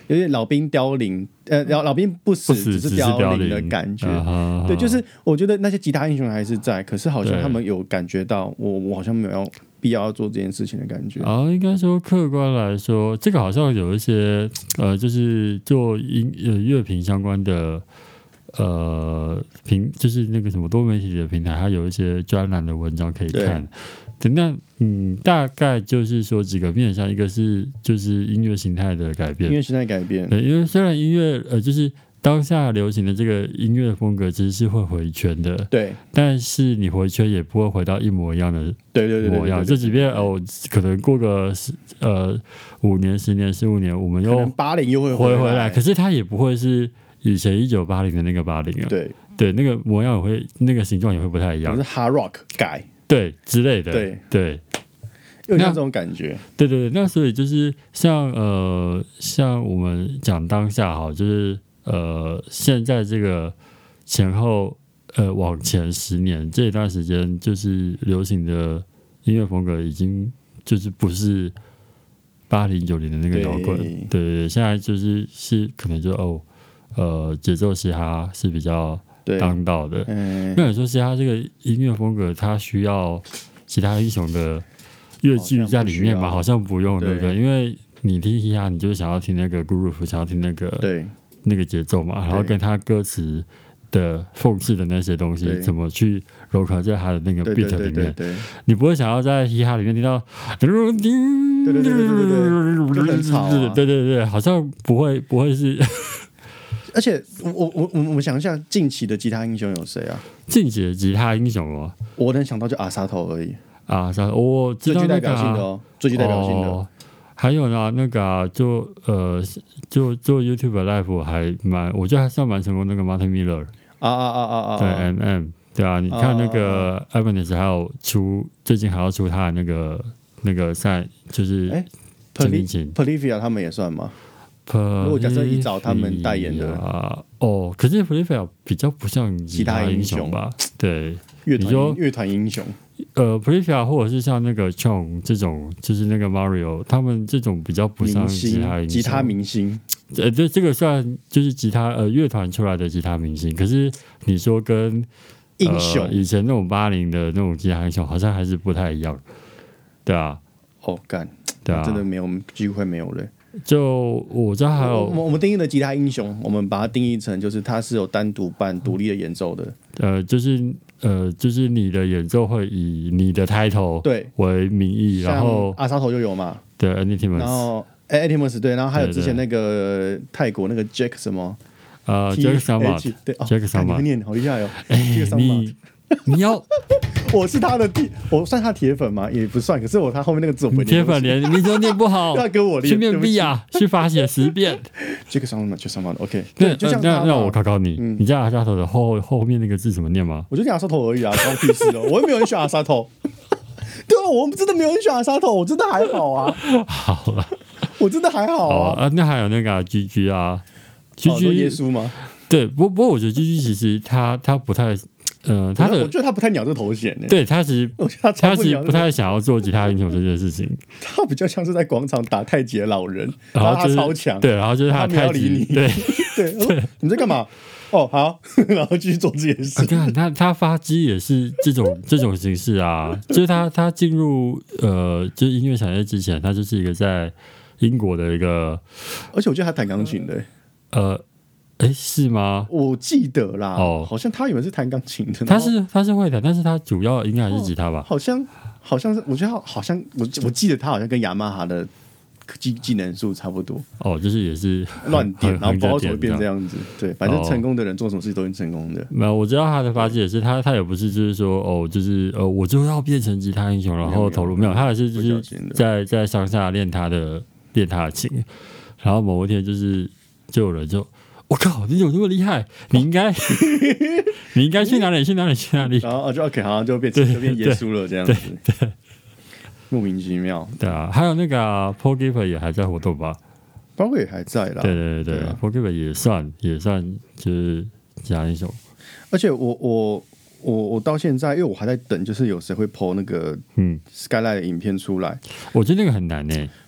有点老兵凋零，呃，老老兵不死， 不死只是凋零的感觉。 啊、 对，就是我觉得那些吉他英雄还是在，可是好像他们有感觉到我，我好像没有要必要要做这件事情的感觉。 啊，应该说客观来说，这个好像有一些呃，就是做音呃乐评相关的。呃，平就是那个什么多媒体的平台，它有一些专栏的文章可以看。那嗯，大概就是说几个面向，一个是就是音乐形态的改变， 音乐形态改变。 对，因为虽然音乐呃，就是当下流行的这个音乐风格其实是会回圈的， 对， 但是你回圈也不会回到一模一样的对对对模样。这几遍哦，可能过个十呃五年、十年、十五年，我们又八零又会回回来，可是它也不会是。以前一九八零的那个八零啊， 对对，那个模样也会，那个形状也会不太一样， 是 hard rock 改， 对之类的， 对对， 有像这种感觉， 对对对，那所以就是像呃，像我们讲当下哈，就是呃，现在这个前后呃往前十年这一段时间，就是流行的音乐风格已经就是不是八零九零的那个摇滚，对对对，现在就是是可能就哦。呃，节奏嘻哈是比较当道的。那你说嘻哈这个音乐风格，它需要其他英雄的乐句在里面吗？好像不用，对不对？因为你听嘻哈，你就想要听那个 groove， 想要听那个对那个节奏嘛，然后跟他歌词的讽刺的那些东西，怎么去融合在他的那个 beat 里面？你不会想要在嘻哈里面听到对对对对对对，就很吵啊。 对对对，好像不会不会是。 而且我我我我们想一下，近期的吉他英雄有谁啊？ 近期的吉他英雄哦， 我能想到就阿沙头而已。 阿沙，我知道、那个啊、 最具代表性的哦，最具代表性的。 哦、还有呢，那个、啊、就呃，就做 YouTube Live 还蛮，我觉得还算蛮成功。那个 Martin Miller 啊啊啊啊啊， 对 M M 对啊，你看那个 Evanes 还有出最近还要出他的那个那个赛，就是真命情 Polifia 他们也算吗？如果假设依照他们代言的啊，哦，可是 Polifia 比较不像吉他英雄吧？对， 乐团乐团英雄， 呃 Polifia 或者是像那个 Chong 这种，就是那个 Mario， 他们这种比较不像吉他英雄， 吉他明星。 呃，这这个算就是吉他呃乐团出来的吉他明星，可是你说跟英雄、呃、 以前那种八零的那种吉他英雄，好像还是不太一样，对啊， 哦干， 对啊， 真的没有机会没有了。 就我知道还有我们定义的吉他英雄，我们把它定义成就是他是有单独办独立的演奏的， 呃，就是呃，就是你的演奏会以你的 title 对为名义，然后阿沙头就有嘛， 对 ，Antimus， 然后 Antimus 对，然后还有之前那个泰国那个 Jack 什么， 呃 ，Jack Sama， 对 ，Jack Sama， 你念好厉害哦， 哎，你你要。 我是他的铁，我算他铁粉吗？也不算，可是我他后面那个字我不会念。铁粉连你都念不好， 要跟我练， 去面壁啊，去罚写十遍。 这个上嘛，就上嘛 ，OK。 对，就像那那我考考你， 嗯、 你知道阿沙头的后后面那个字怎么念吗？ 我就念阿沙头而已啊，关屁事哦，我又没有很喜欢阿沙头。对啊，我真的没有很喜欢阿沙头，我真的还好啊。 好了， 我真的还好啊。 啊，那还有那个 G G 啊 ，G G、 哦、耶稣吗？ 对，不不过我觉得 G G 其實他他不太，呃，他的我覺得他不太鳥這個頭銜呢。 對他其實我覺得他其實不太想要做吉他英雄這件事情， 他比較像是在廣場打太極的老人，然後他超強， 對，然後就是他太極，對對對，你在幹嘛？哦，好，然後繼續做這件事。 看他他發跡也是這種這種形式啊，就是他他進入呃就是音樂產業之前，他就是一個在英國的一個， 而且我覺得他彈鋼琴的， 呃。哎，是嗎？ 我記得啦， 哦， 好像他原本是彈鋼琴的， 他是他是會彈，但是他主要應該還是吉他吧？ 哦、好像好像是，我覺得好像我我記得他好像跟雅馬哈的技技能數差不多。 哦，就是也是亂點，然後不知道怎麼變這樣子。對，反正成功的人做什麼事都是成功的。 沒有，我知道他的發跡也是他，他也不是就是說哦，就是呃，我就要變成吉他英雄，然後投入沒有，他也是就是在在鄉下練他的練他的琴，然後某一天就是就有人就。我靠！你怎麼這麼厲害？你應該，你應該去哪裡？去哪裡？去哪裡？ 然後就 OK，好像就變就變耶穌了這樣子， 對對， 莫名其妙。 對啊，還有那個、啊、Paul Gifford 也還在活動吧 ？Paul Gifford 也還在啦。 對對對，對啊、Paul Gifford 也算也算就是吉他英雄。 而且我我我我到現在，因為我還在等，就是有誰會 po 那個嗯 Skyline 的影片出來。 我覺得那個很難誒、欸。因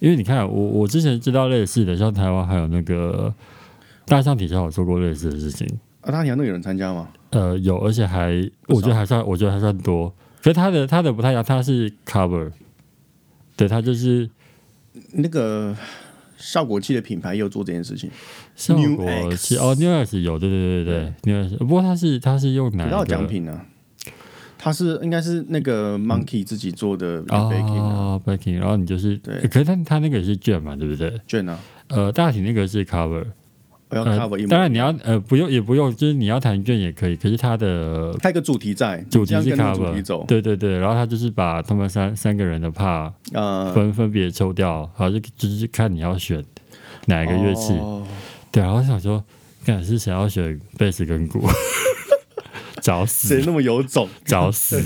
因为你看，我我之前知道类似的，像台湾还有那个大象体操有做过类似的事情。 啊，大象那个有人参加吗？ 呃，有，而且还我觉得还算，我觉得还算多。可是他的他的不太一样，他是 cover， 对他就是那个效果器的品牌也有做这件事情。 效果器哦 ，New X 有，对对对对对 ，New X， 不过他是他是用哪一个奖品呢？它是应该是那个 Monkey 自己做的 baking 啊 baking， 然后你就是对， 可是他他那个是券嘛，对不对？ 券啊， 呃，大体那个是 cover， 我要 cover 一、呃、 当然你要呃不用也不用，就是你要谈券也可以，可是它的它一个主题在， 主题是 cover， 主题走， 对对对，然后他就是把他们三三个人的 part 呃分分别抽掉，然后就就是看你要选哪一个乐器，哦、对，然后想说，看是谁要选贝斯跟鼓。找死！ 谁那么有种？ 找死！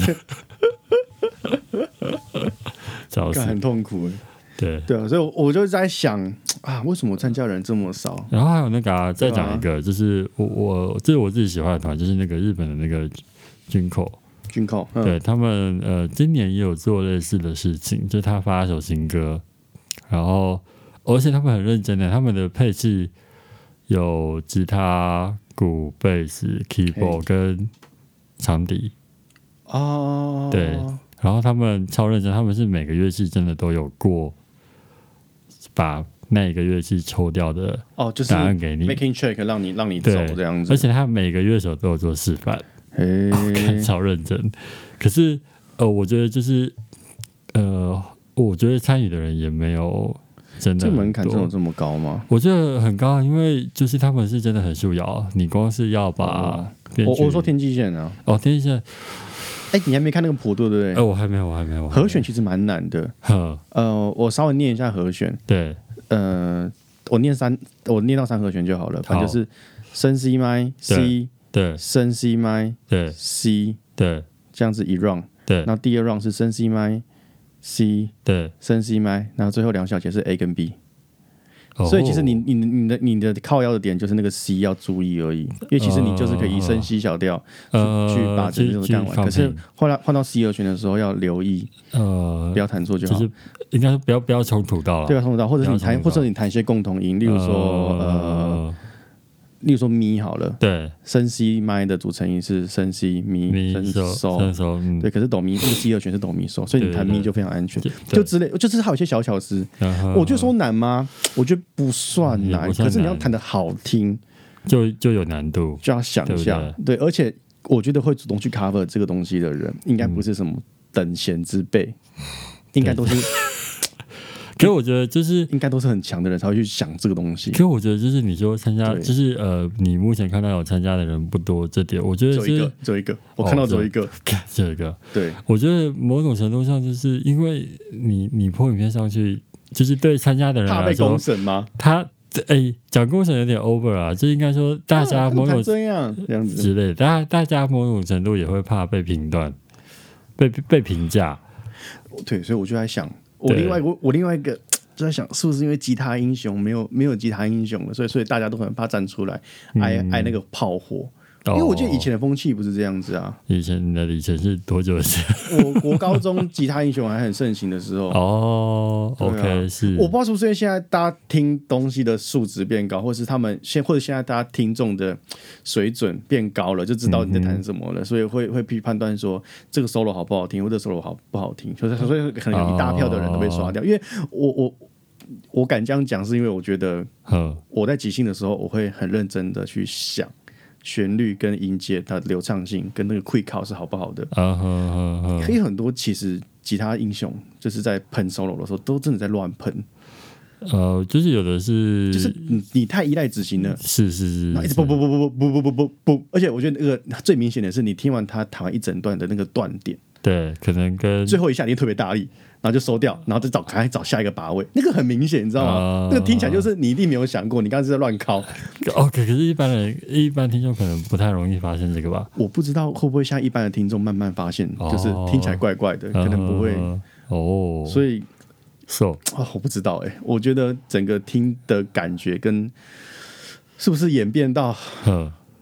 找死！ 很痛苦。 对对啊，所以我就在想啊，为什么参加人这么少？ 然后还有那个、啊，再讲一个，就是我我这是我自己喜欢的团，就是那个日本的那个军口。 军口， 嗯、对他们呃，今年也有做类似的事情，就是他发一首新歌，然后而且他们很认真的，他们的配器有吉他、鼓、贝斯、keyboard 跟长笛哦， 对，然后他们超认真，他们是每个乐器真的都有过，把那一个乐器抽掉的哦，就是答案给你 making check， 让你让你走这样子， 而且他每个乐手都有做示范，哦、超认真。可是呃，我觉得就是呃，我觉得参与的人也没有。真的这门槛真的有这么高吗？ 我觉得很高，因为就是他们是真的很束腰，你光是要把、哦、 我我说天际线啊， 哦天际线， 哎，你还没看那个谱对不对？ 呃，我还没有，我还没有。 和弦其实蛮难的，呃，我稍微念一下和弦， 对， 呃，我念三，我念到三和弦就好了，反正就是升 C 麦 C， 对， 升 C 麦对 C， 对， 这样子一 round， 对， 然后第二 round 是升 C 麦。C 对， 升 C 麦，然后最后两小节是 A 跟 B，、哦、所以其实你你你的你的靠腰的点就是那个 C 要注意而已，因为其实你就是可以以升 C 小调、呃、去, 去把整首干完，可是换到换到 C 和弦的时候要留意，呃，不要弹错就好， 就是应该不要不要冲突到了， 对，不要冲突到，或者是你弹，或者你弹一些共同音，例如说呃。呃例如说咪好了， 对， 升 C 麦的组成音是升 C 咪升 So， 嗯、 对，可是哆咪那个 C 和弦是哆咪 So， 所以你弹咪就非常安全，就之类，就是还有一些小巧思。我就说难吗？我觉得不算难，可是你要弹得好听， 就就有难度， 就要想一下，对, 对，而且我觉得会主动去 cover 这个东西的人，应该不是什么等闲之辈，嗯、应该都是。 可是我觉得就是应该都是很强的人才会去想这个东西。 可是我觉得就是你说参加，就是呃，你目前看到有参加的人不多，这点我觉得只有一个，只有一个，我看到只有一个， 只有一个。 对， 我觉得某种程度上就是因为你你破影片上去，就是对参加的人来说， 怕被公审吗？ 他哎，讲公审有点 over 啊，就应该说大家某种这样这样子之类的，大家大家某种程度也会怕被评断，被被评价。 对，所以我就在想。我另外一个，我另外一个就在想，是不是因为吉他英雄没有没有吉他英雄了，所以所以大家都很怕站出来挨挨、嗯、那个炮火。因为我记得以前的风气不是这样子啊。 以前的以前是多久以前？ 我国高中吉他英雄还很盛行的时候。 哦、啊、，OK， 是。 我不知道是不是因为现在大家听东西的素质变高，或是他们现或者现在大家听众的水准变高了，就知道你在弹什么了，嗯、所以会会去判断说这个 solo 好不好听，或者 solo 好不好听，所以可能有一大票的人都被刷掉。哦、因为我我我敢这样讲，是因为我觉得我在即兴的时候，我会很认真的去想。旋律跟音阶它的流畅性跟那个 quick 考是好不好的？啊哈哈哈！可以很多其实吉他英雄就是在喷 solo 的时候都真的在乱喷。 呃，就是有的是， 就是你你太依赖执行了， 是是是， 一直不不不不不不不不不，而且我觉得那个最明显的是，你听完他弹完一整段的那个断点， 对，可能跟最后一下你特别大力。然后就收掉，然后再找，赶快找下一个把位，那个很明显，你知道吗？呃、那个听起来就是你一定没有想过，你刚刚是在乱敲。 OK， 可是一般人、一般听众可能不太容易发现这个吧？ 我不知道会不会像一般的听众慢慢发现，哦、就是听起来怪怪的，可能不会。哦，所以， so 啊，我不知道哎、欸，我觉得整个听的感觉跟是不是演变到，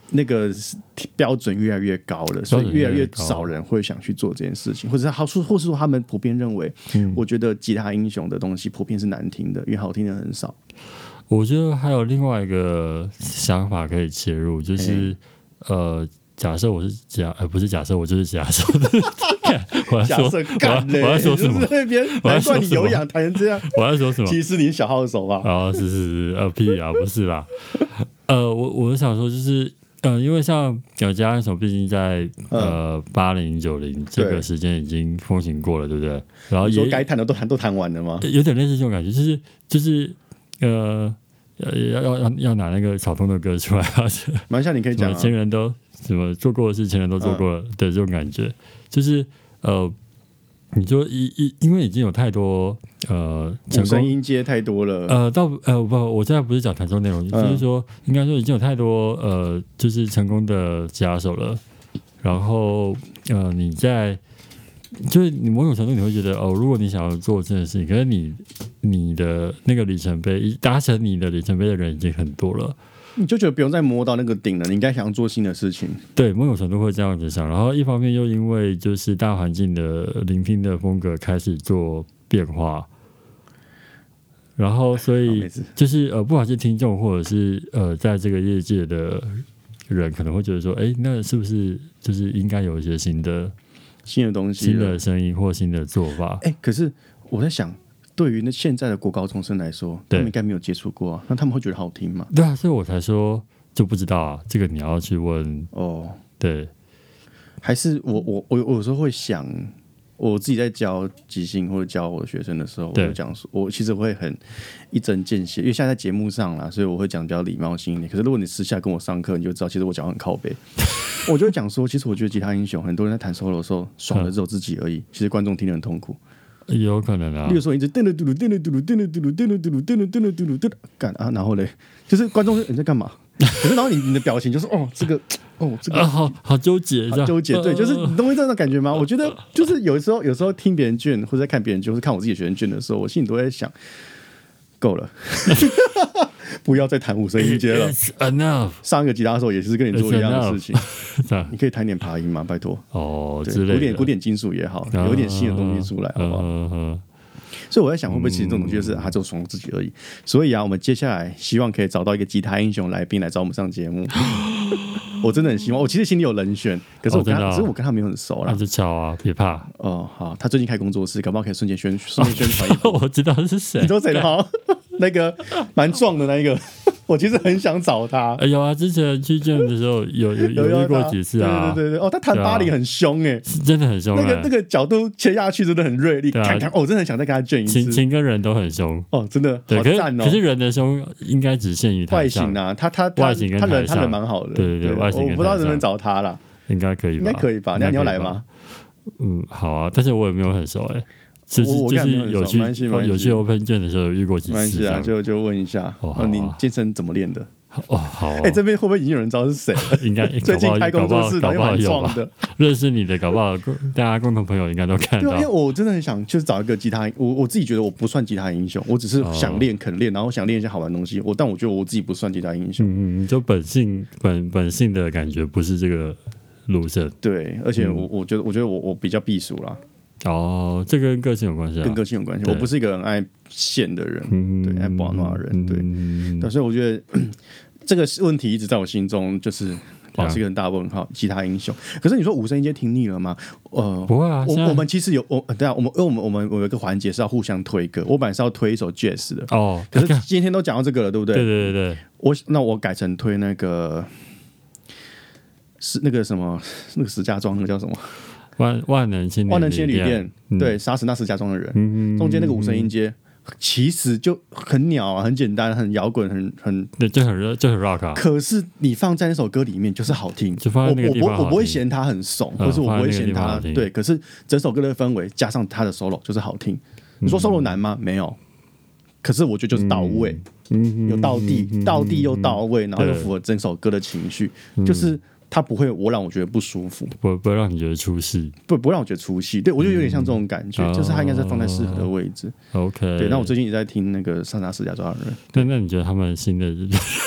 那个标准越来越高了，所以越来越少人会想去做这件事情，或者是好，或是说他们普遍认为，嗯、我觉得吉他英雄的东西普遍是难听的，因为好听的很少。 我觉得还有另外一个想法可以切入，就是、欸、呃，假设我是假，呃，不是假设我就是假设，我要说， 假设干嘞， 我要说什么？ 那边难怪你有氧弹成这样。 我要说什么？ 其实你小号手吧？ 啊，是是是，呃，屁啊，不是啦。呃，我我想说就是。呃，因为像有家安手，毕竟在呃八零九零这个时间已经风行过了，对不对？然后也说该弹的都弹都弹完了吗？ 有点类似这种感觉，就是就是呃要要要要拿那个草东的歌出来， 蛮像你可以讲、啊， 前人都什么做过的事，前人都做过了的这种感觉，嗯、就是呃。你就一一因为已经有太多呃， 五声音阶太多了。 呃，到呃不，我现在不是讲弹奏内容，嗯、就是说应该说已经有太多呃，就是成功的吉他手了。然后呃，你在就是你某种程度你会觉得哦，如果你想要做这件事情，可是你你的那个里程碑达成你的里程碑的人已经很多了。 你就觉得不用再摸到那个顶了，你应该想要做新的事情。 对，某种程度会这样子想。然后一方面又因为就是大环境的聆听的风格开始做变化，然后所以就是呃，不管是听众或者是呃，在这个业界的人，可能会觉得说，哎，那是不是就是应该有一些新的新的东西、 新的声音或新的做法？ 哎，可是我在想。对于那现在的国高中生来说，他们应该没有接触过啊，那他们会觉得好听吗？ 对啊，所以我才说就不知道啊，这个你要去问哦。 对， 还是我我我我有时候会想，我自己在教即兴或者教我的学生的时候，我就讲说，我其实会很一针见血，因为现在在节目上啦，所以我会讲比较礼貌性一点。可是如果你私下跟我上课，你就知道其实我讲很靠北。我就会讲说，其实我觉得吉他英雄很多人在弹 solo 的时候，爽的只有自己而已，其实观众听得很痛苦。 有可能啊， 例如说一直噔噔嘟噜噔噔嘟噜噔噔嘟噜噔噔嘟噜噔噔嘟噜噔噔干啊，然后嘞，就是观众你在干嘛？可是然后你你的表情就是哦这个哦这个、 啊、好好纠结， 好纠结，对，就是你懂我这种感觉吗？我觉得就是有时候有时候听别人卷或者在看别人卷，或者看我自己的学生卷的时候，我心里都在想，够了。不要再弹五声音阶了。上一个吉他手也是跟你做一样的事情。你可以弹点爬音吗？拜托。 哦，之类的。 古典古典金属也好，有一点新的东西出来，好不好？嗯嗯、所以我在想，会不会其实这种东西就是他就爽自己而已。所以啊，我们接下来希望可以找到一个吉他英雄来宾来找我们上节目。我真的很希望，我其实心里有人选，可是我跟他，哦、只是我跟他没有很熟啦。 那就敲啊，别怕。 哦，好，他最近开工作室，搞不好可以瞬间宣顺便宣传一波。 我知道是谁， 你知道谁的吗？那个蛮壮的那一个，我其实很想找他。 哎、有啊，之前去见的时候有有有遇过几次啊。 对对对对，哦，他弹巴黎很凶哎、欸， 是真的很凶、欸。 那个那个角度切下去真的很锐利，看看、啊，哦，我真的很想再跟他卷一次。 情情跟人都很凶哦，真的好赞哦。 可是人的凶应该只限于外形啊，他他他外形跟他人他人蛮好的， 对对对，外形跟我不知道能不能找他啦， 应该可以吧？ 应该可以吧？那你要来吗？ 嗯，好啊，但是我也没有很熟哎、欸。就是就是有去有去 Open 卷的时候有遇过几次， 没关系啊，就就问一下，哦，啊、你健身怎么练的？ 哦，好、啊， 哎、欸，这边会不会已经有人知道是谁了？ 应该最近开工作室， 搞不好有吧？ 认识你的，搞不好大家共同朋友应该都看到。 对，因为我真的很想就是找一个吉他，我我自己觉得我不算吉他英雄，我只是想练、肯练，然后想练一些好玩的东西。我但我觉得我自己不算吉他英雄， 嗯嗯，就本性本本性的感觉不是这个路线。 对，而且我、嗯、我觉得我觉得我我比较避暑啦。 哦，这跟个性有关系啊， 跟个性有关系。我不是一个很爱现的人，嗯、对，爱玩闹的人，对。嗯、所以我觉得这个问题一直在我心中，就是保持一个很大的问号。吉他英雄，可是你说五声音阶听腻了吗？呃， 不会啊。 我我们其实有我对啊，我们因为我们我们我有一个环节是要互相推歌，我本来是要推一首 Jazz 的哦， 可是今天都讲到这个了，对不对？ 对对对对。 我那我改成推那个是那个什么那个石家庄那个叫什么？ 万万能青万能青旅店，嗯、对，杀死那石家庄的人，嗯、中间那个五声音阶，其实就很鸟啊，很简单，很摇滚，很很对，就很热，就很 rock 啊。 可是你放在那首歌里面就是好听， 就放在那个地方好听， 我我我不会嫌它很怂，或是我不会嫌它对，可是整首歌的氛围加上它的 solo 就是好听。你说 solo 难吗？没有，可是我觉得就是到位，嗯、有到地，嗯、到地又到位，然后又符合整首歌的情绪，就是。它不会我让我觉得不舒服， 不不会让你觉得出戏， 不不会让我觉得出戏。对我觉得有点像这种感觉，嗯、就是它应该是放在适合的位置。 OK， 对。那我最近也在听那个《上杀石家庄的人》， 对，那你觉得他们新的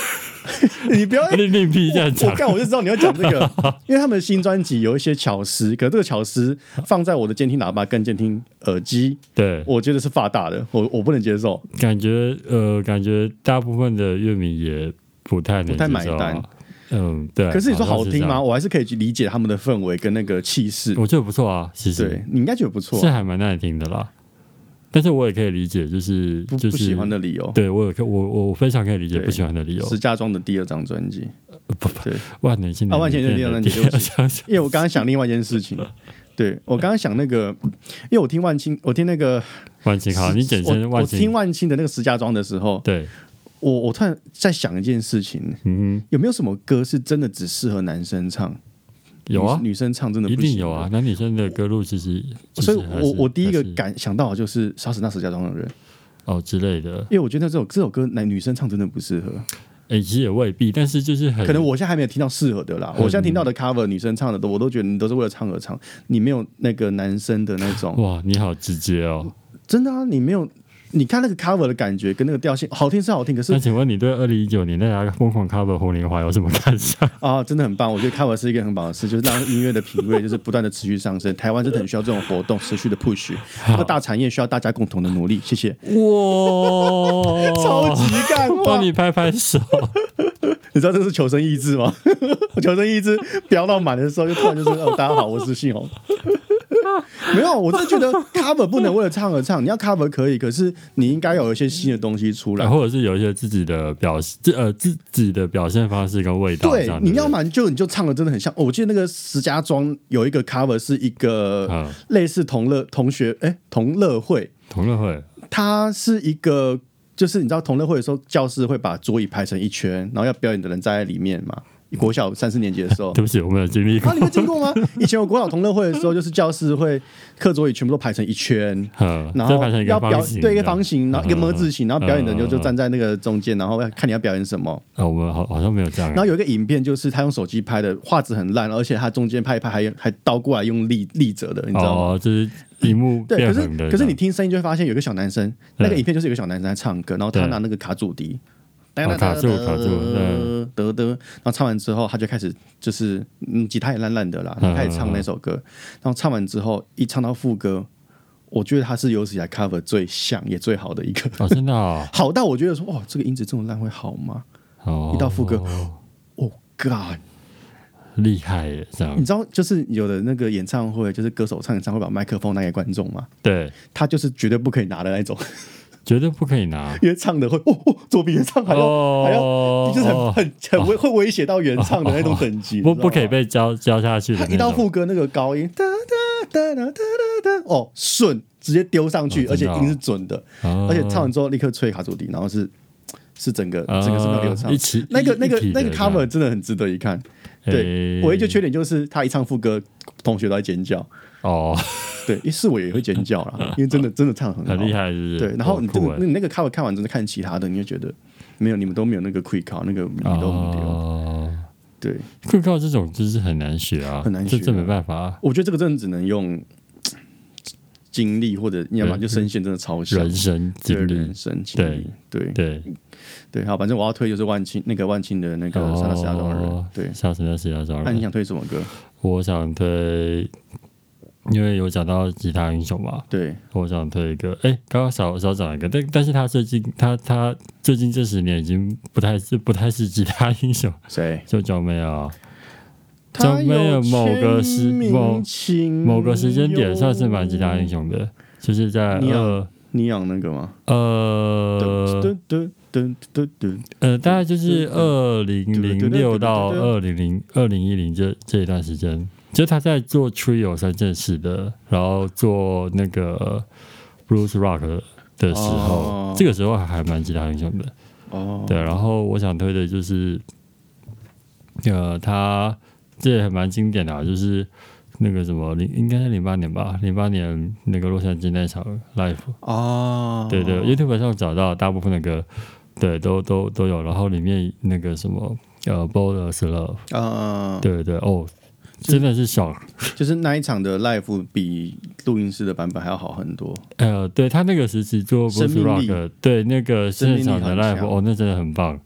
你不要另另辟战场。 我看我就知道你要讲这个，因为他们的新专辑有一些巧思，可是这个巧思放在我的监听喇叭跟监听耳机， 对， 我觉得是发大的，我我不能接受。 感觉呃，感觉大部分的乐迷也不太能不太买接受啊单。 嗯，对。 可是你说好听吗？ 好像是这样我还是可以去理解他们的氛围跟那个气势。 我觉得不错啊，其实对你应该觉得不错啊， 是还蛮耐听的啦。但是我也可以理解，就是不就是不喜欢的理由。 对我有我我我非常可以理解对不喜欢的理由。 石家庄的第二张专辑，对， 万年青啊，万年青的第二张专辑，对不起，因为我刚刚想另外一件事情。对我刚刚想那个，因为我听万青，我听那个万青，好，你简称我我万青。 听万青的那个石家庄的时候， 对， 我我突然在想一件事情， 嗯， 有没有什么歌是真的只适合男生唱？ 有啊， 女女生唱真的一不行定有啊，男女生的歌路其实，其实所以还是我我第一个还是感想到的就是杀死那石家庄的人， 哦之类的， 因为我觉得这首这首歌男女生唱真的不适合。 哎，其实也未必，但是就是很可能我现在还没有听到适合的啦。我现在听到的 cover 女生唱的都，我都觉得你都是为了唱而唱，你没有那个男生的那种。 哇，你好直接哦。 真的啊，你没有。你看那个 cover 的感觉跟那个调性，好听是好听，可是那请问你对二零一九年大家疯狂 cover 红莲华有什么感想？ 啊，真的很棒！我觉得 cover 是一个很棒的事，就是让音乐的品味就是不断的持续上升。台湾真的很需要这种活动，持续的 push。这个大产业需要大家共同的努力。谢谢。 哇， 超级干话！ 帮你拍拍手。 你知道这是求生意志吗？求生意志飙到满的时候，就突然就是哦，大家好，我是信宏。没有，我真的觉得 cover 不能为了唱而唱，你要 cover 可以，可是你应该有一些新的东西出来， 或者是有一些自己的表自呃自己的表现方式跟味道。 对，你要么就你就唱的真的很像、哦。我记得那个石家庄有一个 cover 是一个类似同乐同学哎同乐会， 同乐会， 它是一个就是你知道同乐会的时候，教室会把桌椅排成一圈，然后要表演的人站在里面嘛。国小三四年级的时候， 对不起，我没有经历过。 啊，你没经过吗？以前我国小同乐会的时候，就是教室会课桌椅全部都排成一圈，然后要表对一个方形，然后一个么字形，然后表演的人就就站在那个中间，然后看你要表演什么。 啊，我们好好像没有这样。 然后有一个影片，就是他用手机拍的，画质很烂，而且他中间拍一拍还还倒过来用立立着的，你知道吗？ 哦，就是荧幕对，可是变横的。 可是你听声音就会发现有一个小男生，那个影片就是有个小男生在唱歌，然后他拿那个卡祖笛。 哦、卡住卡住， 得得，然后唱完之后，他就开始就是嗯，吉他也烂烂的啦，然后开始唱那首歌，然后唱完之后，一唱到副歌，我觉得他是有史以来 cover 最像也最好的一个， 哦，真的、哦， 好到我觉得说，哇，这个音质这么烂会好吗？哦，一到副歌，哦 God， 厉害耶！这样， 你知道，就是有的那个演唱会，就是歌手唱演唱会把麦克风拿给观众嘛， 对， 他就是绝对不可以拿的那种。 绝对不可以拿， 因为唱的会哦哦，左比原唱还要、哦、还要，就是很很很会、哦、会威胁到原唱的那种等级， 不、哦、不可以被教教下去的。 一到副歌那个高音，哒哒哒哒哒哒，哦，顺直接丢上去，哦、而且音是准的，哦、而且唱完之后立刻吹卡祖笛，然后是是整个、哦、整个是没有流畅， 一起那个那个那个 cover 真的很值得一看。对，唯一就缺点就是他一唱副歌，同学都在尖叫。哦，对，是我也会尖叫啦，因为真的真的唱很好， 很厉害，是不是？ 对，然后你这个你那个 cover 看完，真的看其他的，你就觉得没有，你们都没有那个 quick call， 那个你都很丢。哦，对 ，quick call 这种就是很难学啊， 很难学、啊， 这这没办法、啊。 我觉得这个真的只能用经历，或者要么就声线真的超像人生经历， 人生经历，对对对对。好，反正我要推就是万青那个万青的那个《杀死石家庄人》，对， 杀死石家庄人。 那你想推什么歌？ 我想推。因为有讲到吉他英雄嘛， 对， 我想推一个，哎、欸，刚刚少少讲一个，但但是他最近他他最近这十年已经不太是不太是吉他英雄， 谁？ 就九妹啊，九妹有某个时某某个时间点算是蛮吉他英雄的，就是在呃尼昂那个吗？ 呃，呃，大概就是二零零六到二零零二零一零这这一段时间。就他在做 trio 三件事的，然后做那个 blues rock 的时候，哦、这个时候还蛮吉他英雄的。哦，对，然后我想推的就是，呃，他这也还蛮经典的、啊，就是那个什么零，应该是零八年吧，零八年那个洛杉矶那场 live。哦，对对 ，YouTube 上找到大部分的歌，对，都都都有，然后里面那个什么呃 Bold as Love， 啊，对对哦。真的是爽， 就是那一场的 live 比录音室的版本还要好很多。 呃，对他那个时期做 blues rock， 对那个现场的 live， 哦，那真的很棒。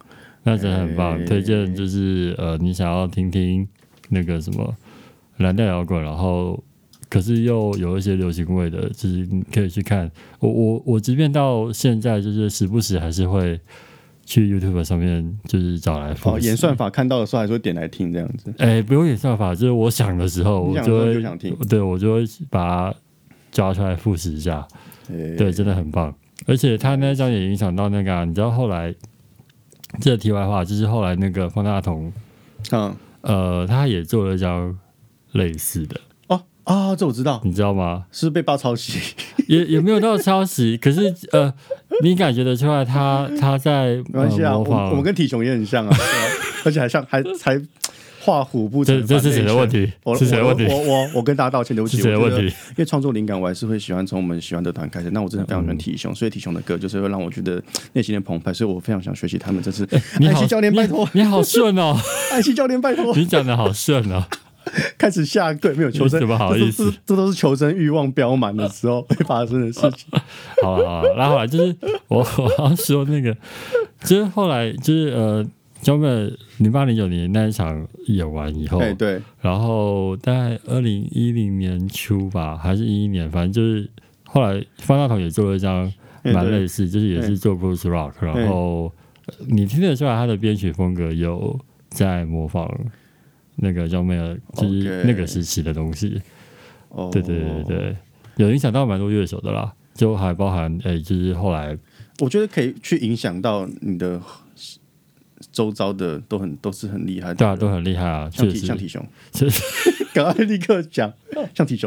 那真的很棒，欸、推荐就是呃，你想要听听那个什么蓝调摇滚，然后可是又有一些流行味的，就是你可以去看。我我我即便到现在，就是时不时还是会去 YouTube 上面就是找来复习。哦， 演算法看到的时候还是会点来听这样子。 哎、欸，不用演算法，就是我想的时候，我就会就想听， 对我就会把它抓出来复习一下。欸、对，真的很棒。而且他那张也影响到那个、啊，你知道后来。这个题外话就是后来那个方大同，嗯，呃，他也做了一张类似的哦啊，这我知道， 你知道吗？ 是被爆抄袭， 也也没有到抄袭，可是呃，你感觉得出来他他在没关系啊，模仿我，我们跟体雄也很像啊，而且还像还才画虎不成， 这这是谁的问题？是谁的问题？ 我我 我, 我跟大家道歉，对不起， 是谁的问题？ 因为创作灵感我还是会喜欢从我们喜欢的团开始。那我真的非常喜欢体雄，嗯、所以体雄的歌就是会让我觉得内心的澎湃，所以我非常想学习他们。这是艾希教练，拜托， 你好顺哦， 艾希教练，拜托， 你讲的好顺哦。 开始下跪，没有求生， 怎么好意思？ 这, 这都是求生欲望飙满的时候会发生的事情。 好了好了，然后后来就是我我要说那个，就是后来就是呃。就在零八零九年那一场演完以后， 对对， 然后大概二零一零年初吧，还是一一年，反正就是后来方大同也做了一张蛮类似，就是也是做 blues rock， 然后你听得出来他的编曲风格有在模仿那个 John Mayer， 就是那个时期的东西。哦，对对对对，有影响到蛮多乐手的啦，就还包含哎、欸，就是后来我觉得可以去影响到你的。周遭的都很都是很厉害的， 对啊，都很厉害啊， 像体像体雄，赶快立刻讲像体雄，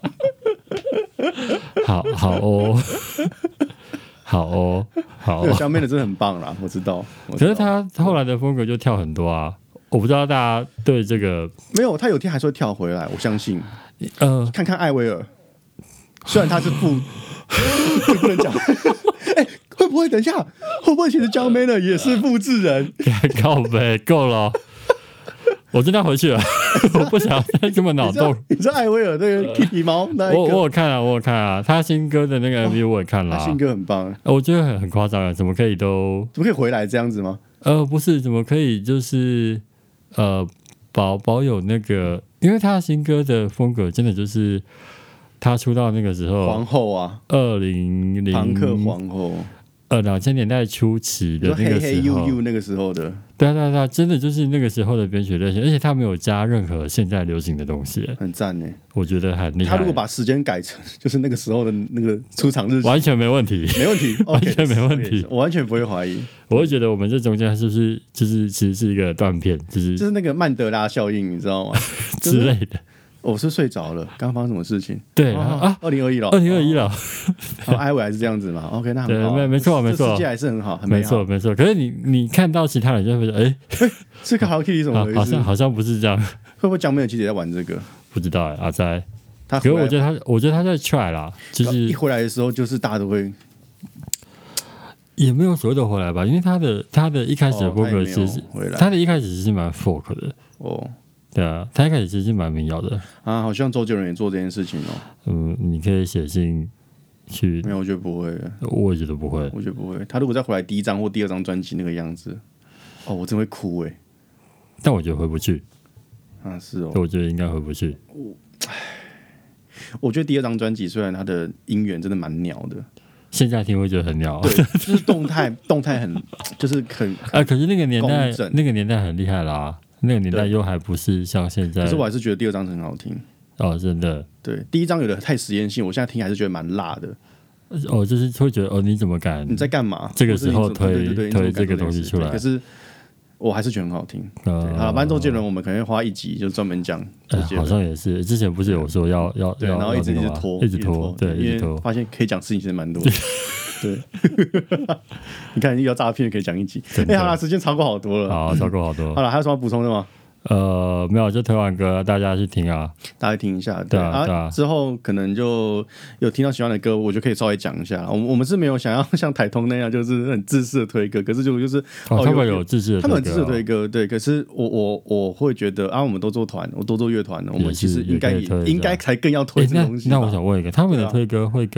好好哦，好哦，好哦， 小妹的真的很棒啦，我知道。 可是他后来的风格就跳很多啊，我不知道大家对这个没有，他有天还是会跳回来，我相信。呃，看看艾薇儿，虽然他是不不能讲，哎、欸。会不会等一下？会不会其实 John Mayer 也是复制人？ 靠北够了，我真的要回去了，我不想再这么脑洞。 你知道艾薇儿那个 Kitty 猫？ 我我有看啊，我有看啊，他新歌的那个 M V 我也看了、啊， 他新歌很棒， 我觉得很很夸张啊，怎么可以都怎么可以回来这样子吗？ 呃，不是，怎么可以就是呃保保有那个，因为他新歌的风格真的就是他出道那个时候， 皇后啊， 二零零朋克皇后。 呃，两千年代初期的那个时候， 黑黑 U U 那个时候的， 对啊对啊对啊，真的就是那个时候的编曲类型，而且他没有加任何现在流行的东西， 很赞呢。 我觉得很厉害。 他如果把时间改成就是那个时候的那个出场日期， 完全没问题， 没问题， 完全没问题， 我完全不会怀疑。 我会觉得我们这中间是不是就是其实是一个断片，就是就是那个曼德拉效应，你知道吗？ 之类的。 我是睡着了，刚发生什么事情？ 对啊， 二零二一了， 二零二一了。 艾薇还是这样子嘛 ？OK， 那很好， 对，没错没错， 世界还是很好，很没错没错。可是你你看到其他人就会觉得，哎、欸， 这个 Hello Kitty 怎么回事？ 好像好像不是这样。 会不会John Mayer其实也在玩这个？ 不知道哎、欸，阿哉。可是我觉得他，我觉得他在 try 啦，就是一回来的时候，就是大家都会。 也没有所谓的回来吧，因为他的他的一开始的风格其实、哦、他, 他的一开始是蛮 folk 的哦。对啊，他一开始其实是蛮民谣的啊，好像周杰伦也做这件事情哦。 嗯，你可以写信去， 没有，我觉得不会， 我也觉得不会， 我觉得不会。他如果再回来第一张或第二张专辑那个样子，哦，我真会哭哎。 但我觉得回不去啊，是哦， 我觉得应该回不去。 我，我觉得第二张专辑虽然它的音源真的蛮鸟的， 现在听会觉得很鸟， 对，就是动态动态很，就是很啊，可是那个年代那个年代很厉害啦。那个年代又还不是像现在， 可是我还是觉得第二张很好听哦，真的。 对，第一张有点太实验性，我现在听还是觉得蛮辣的。 哦，就是会觉得哦，你怎么敢？ 你在干嘛？ 这个时候推对对对推这个东西出来， 可是我还是觉得很好听。呃、好了，反正周杰伦我们可能会花一集就专门讲、 呃，好像也是。之前不是有说要要对，然后一直一直拖， 一直拖，对，一直拖， 发现可以讲事情其实蛮多的。对，你看遇到诈骗可以讲一集。哎、欸，好了，时间超过好多了， 好，超过好多。 好了，还有什么补充的吗？ 呃，没有，就推完歌，大家去听啊， 大家听一下， 对 啊, 啊, 对啊。 之后可能就有听到喜欢的歌，我就可以稍微讲一下。我们我们是没有想要像台通那样，就是很自私的推歌，可是就就是、 哦哦、他们有自私的推歌， 他们很自私的推歌，对。可是我我我会觉得啊，我们都做团，我都做乐团，我们其实应该也应该才更要推这个东西、 欸那。那我想问一个，他们的推歌会跟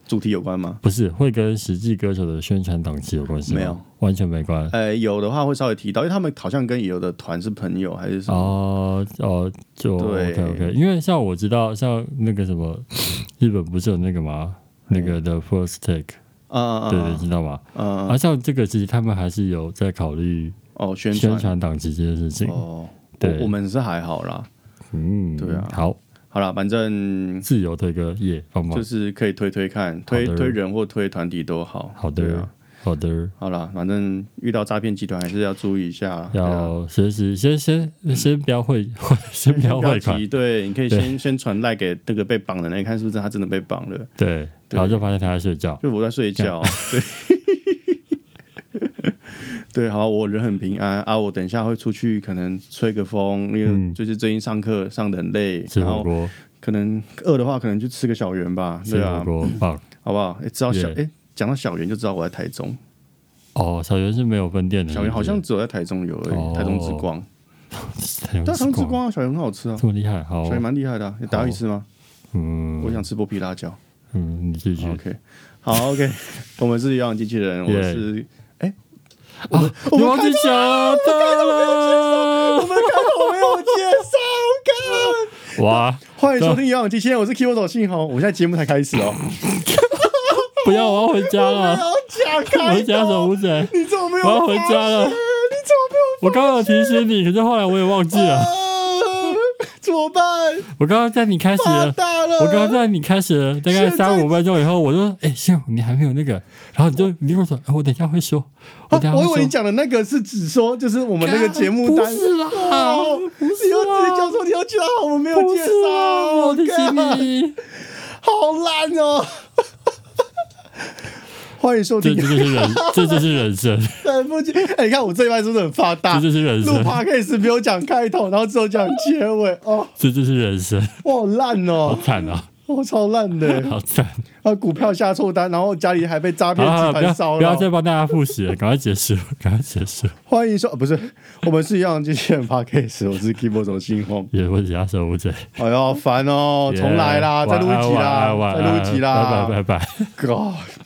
主题有关吗？ 不是，会跟实际歌手的宣传档期有关系吗？ 没有， 完全没关。 呃，有的话会稍微提到，因为他们好像跟有的团是朋友还是什么。 哦哦，就 OK OK， 因为像我知道，像那个什么，日本不是有那个吗？那个 The First Take， 啊、嗯， 对对，知道吗？ 嗯， 啊，像这个其实他们还是有在考虑哦宣宣传档期这件事情。 哦， 对我，我们是还好啦。 嗯， 对啊， 好。 好啦，反正自由推歌耶，棒棒， 就是可以推推看，推推人或推团体都好。 好的， 对啊， 好的。 好啦，反正遇到诈骗集团还是要注意一下， 要随时先先先不要汇，先不要汇款。 对，你可以先先传赖给那个被绑的那，看是不是他真的被绑了。 对，然后就发现他在睡觉， 就我在睡觉。对。对，好，我人很平安啊。我等一下会出去，可能吹个风，因为就是最近上课上的很累， 吃火锅， 可能饿的话，可能就吃个小圆吧，对啊， 吃火锅棒， 好不好？哎，知道小哎，讲到小圆就知道我在台中。 哦，小圆是没有分店的， 小圆好像只有在台中有而已， 哦、 台中之光。 对， 台中之光啊，小圆很好吃啊， 这么厉害，好， 小圆蛮厉害的、啊，你打一次吗？ 嗯， 我想吃剥皮辣椒。 嗯，你继续。 OK， 好 OK， 我们是一样机器人，我是。 我们、啊、我们忘记讲了， 我们开头没有介绍，看哇！ 欢迎收听《有氧机器人》，我是 Keyboard 手信宏，我现在节目才开始哦。 不要，我要回家了。 我要讲， 回家守护者， 你怎么没有？ 我要回家了。 你怎么没有？ 我刚刚有提醒你，可是后来我也忘记了。 怎么办？ 我刚刚在你开始了，我刚刚在你开始了，大概三五分钟以后，我就说：“哎、欸，信宏，你还没有那个。”然后你就你跟我说、欸：“我等一下会说。我等一下会说” 啊，我以为你讲的那个是只说，就是我们那个节目单， 不是啦， 哦、 不是啦， 你要直接讲说你要介绍，我没有介绍， 我提醒你， 好烂哦。欢迎收听， 这这就是人，这就是人生。 对不起，哎，你看我这一半是不是很发大？ 这就是人生。 录 podcast 没有讲开头，然后只有讲结尾，哦， 这就是人生。 我好烂哦， 好惨哦， 我超烂的， 好惨。 啊，股票下错单，然后家里还被诈骗集团骚扰。 不要再帮大家复习了，赶快结束，赶快结束。 欢迎收，不是，我们是一样机器人 podcast， 我是 Keyboard 手信宏， 也我是亚守护者。 哎呦，烦哦，重来啦，再录一集啦，再录一集啦， 拜拜拜拜。 God。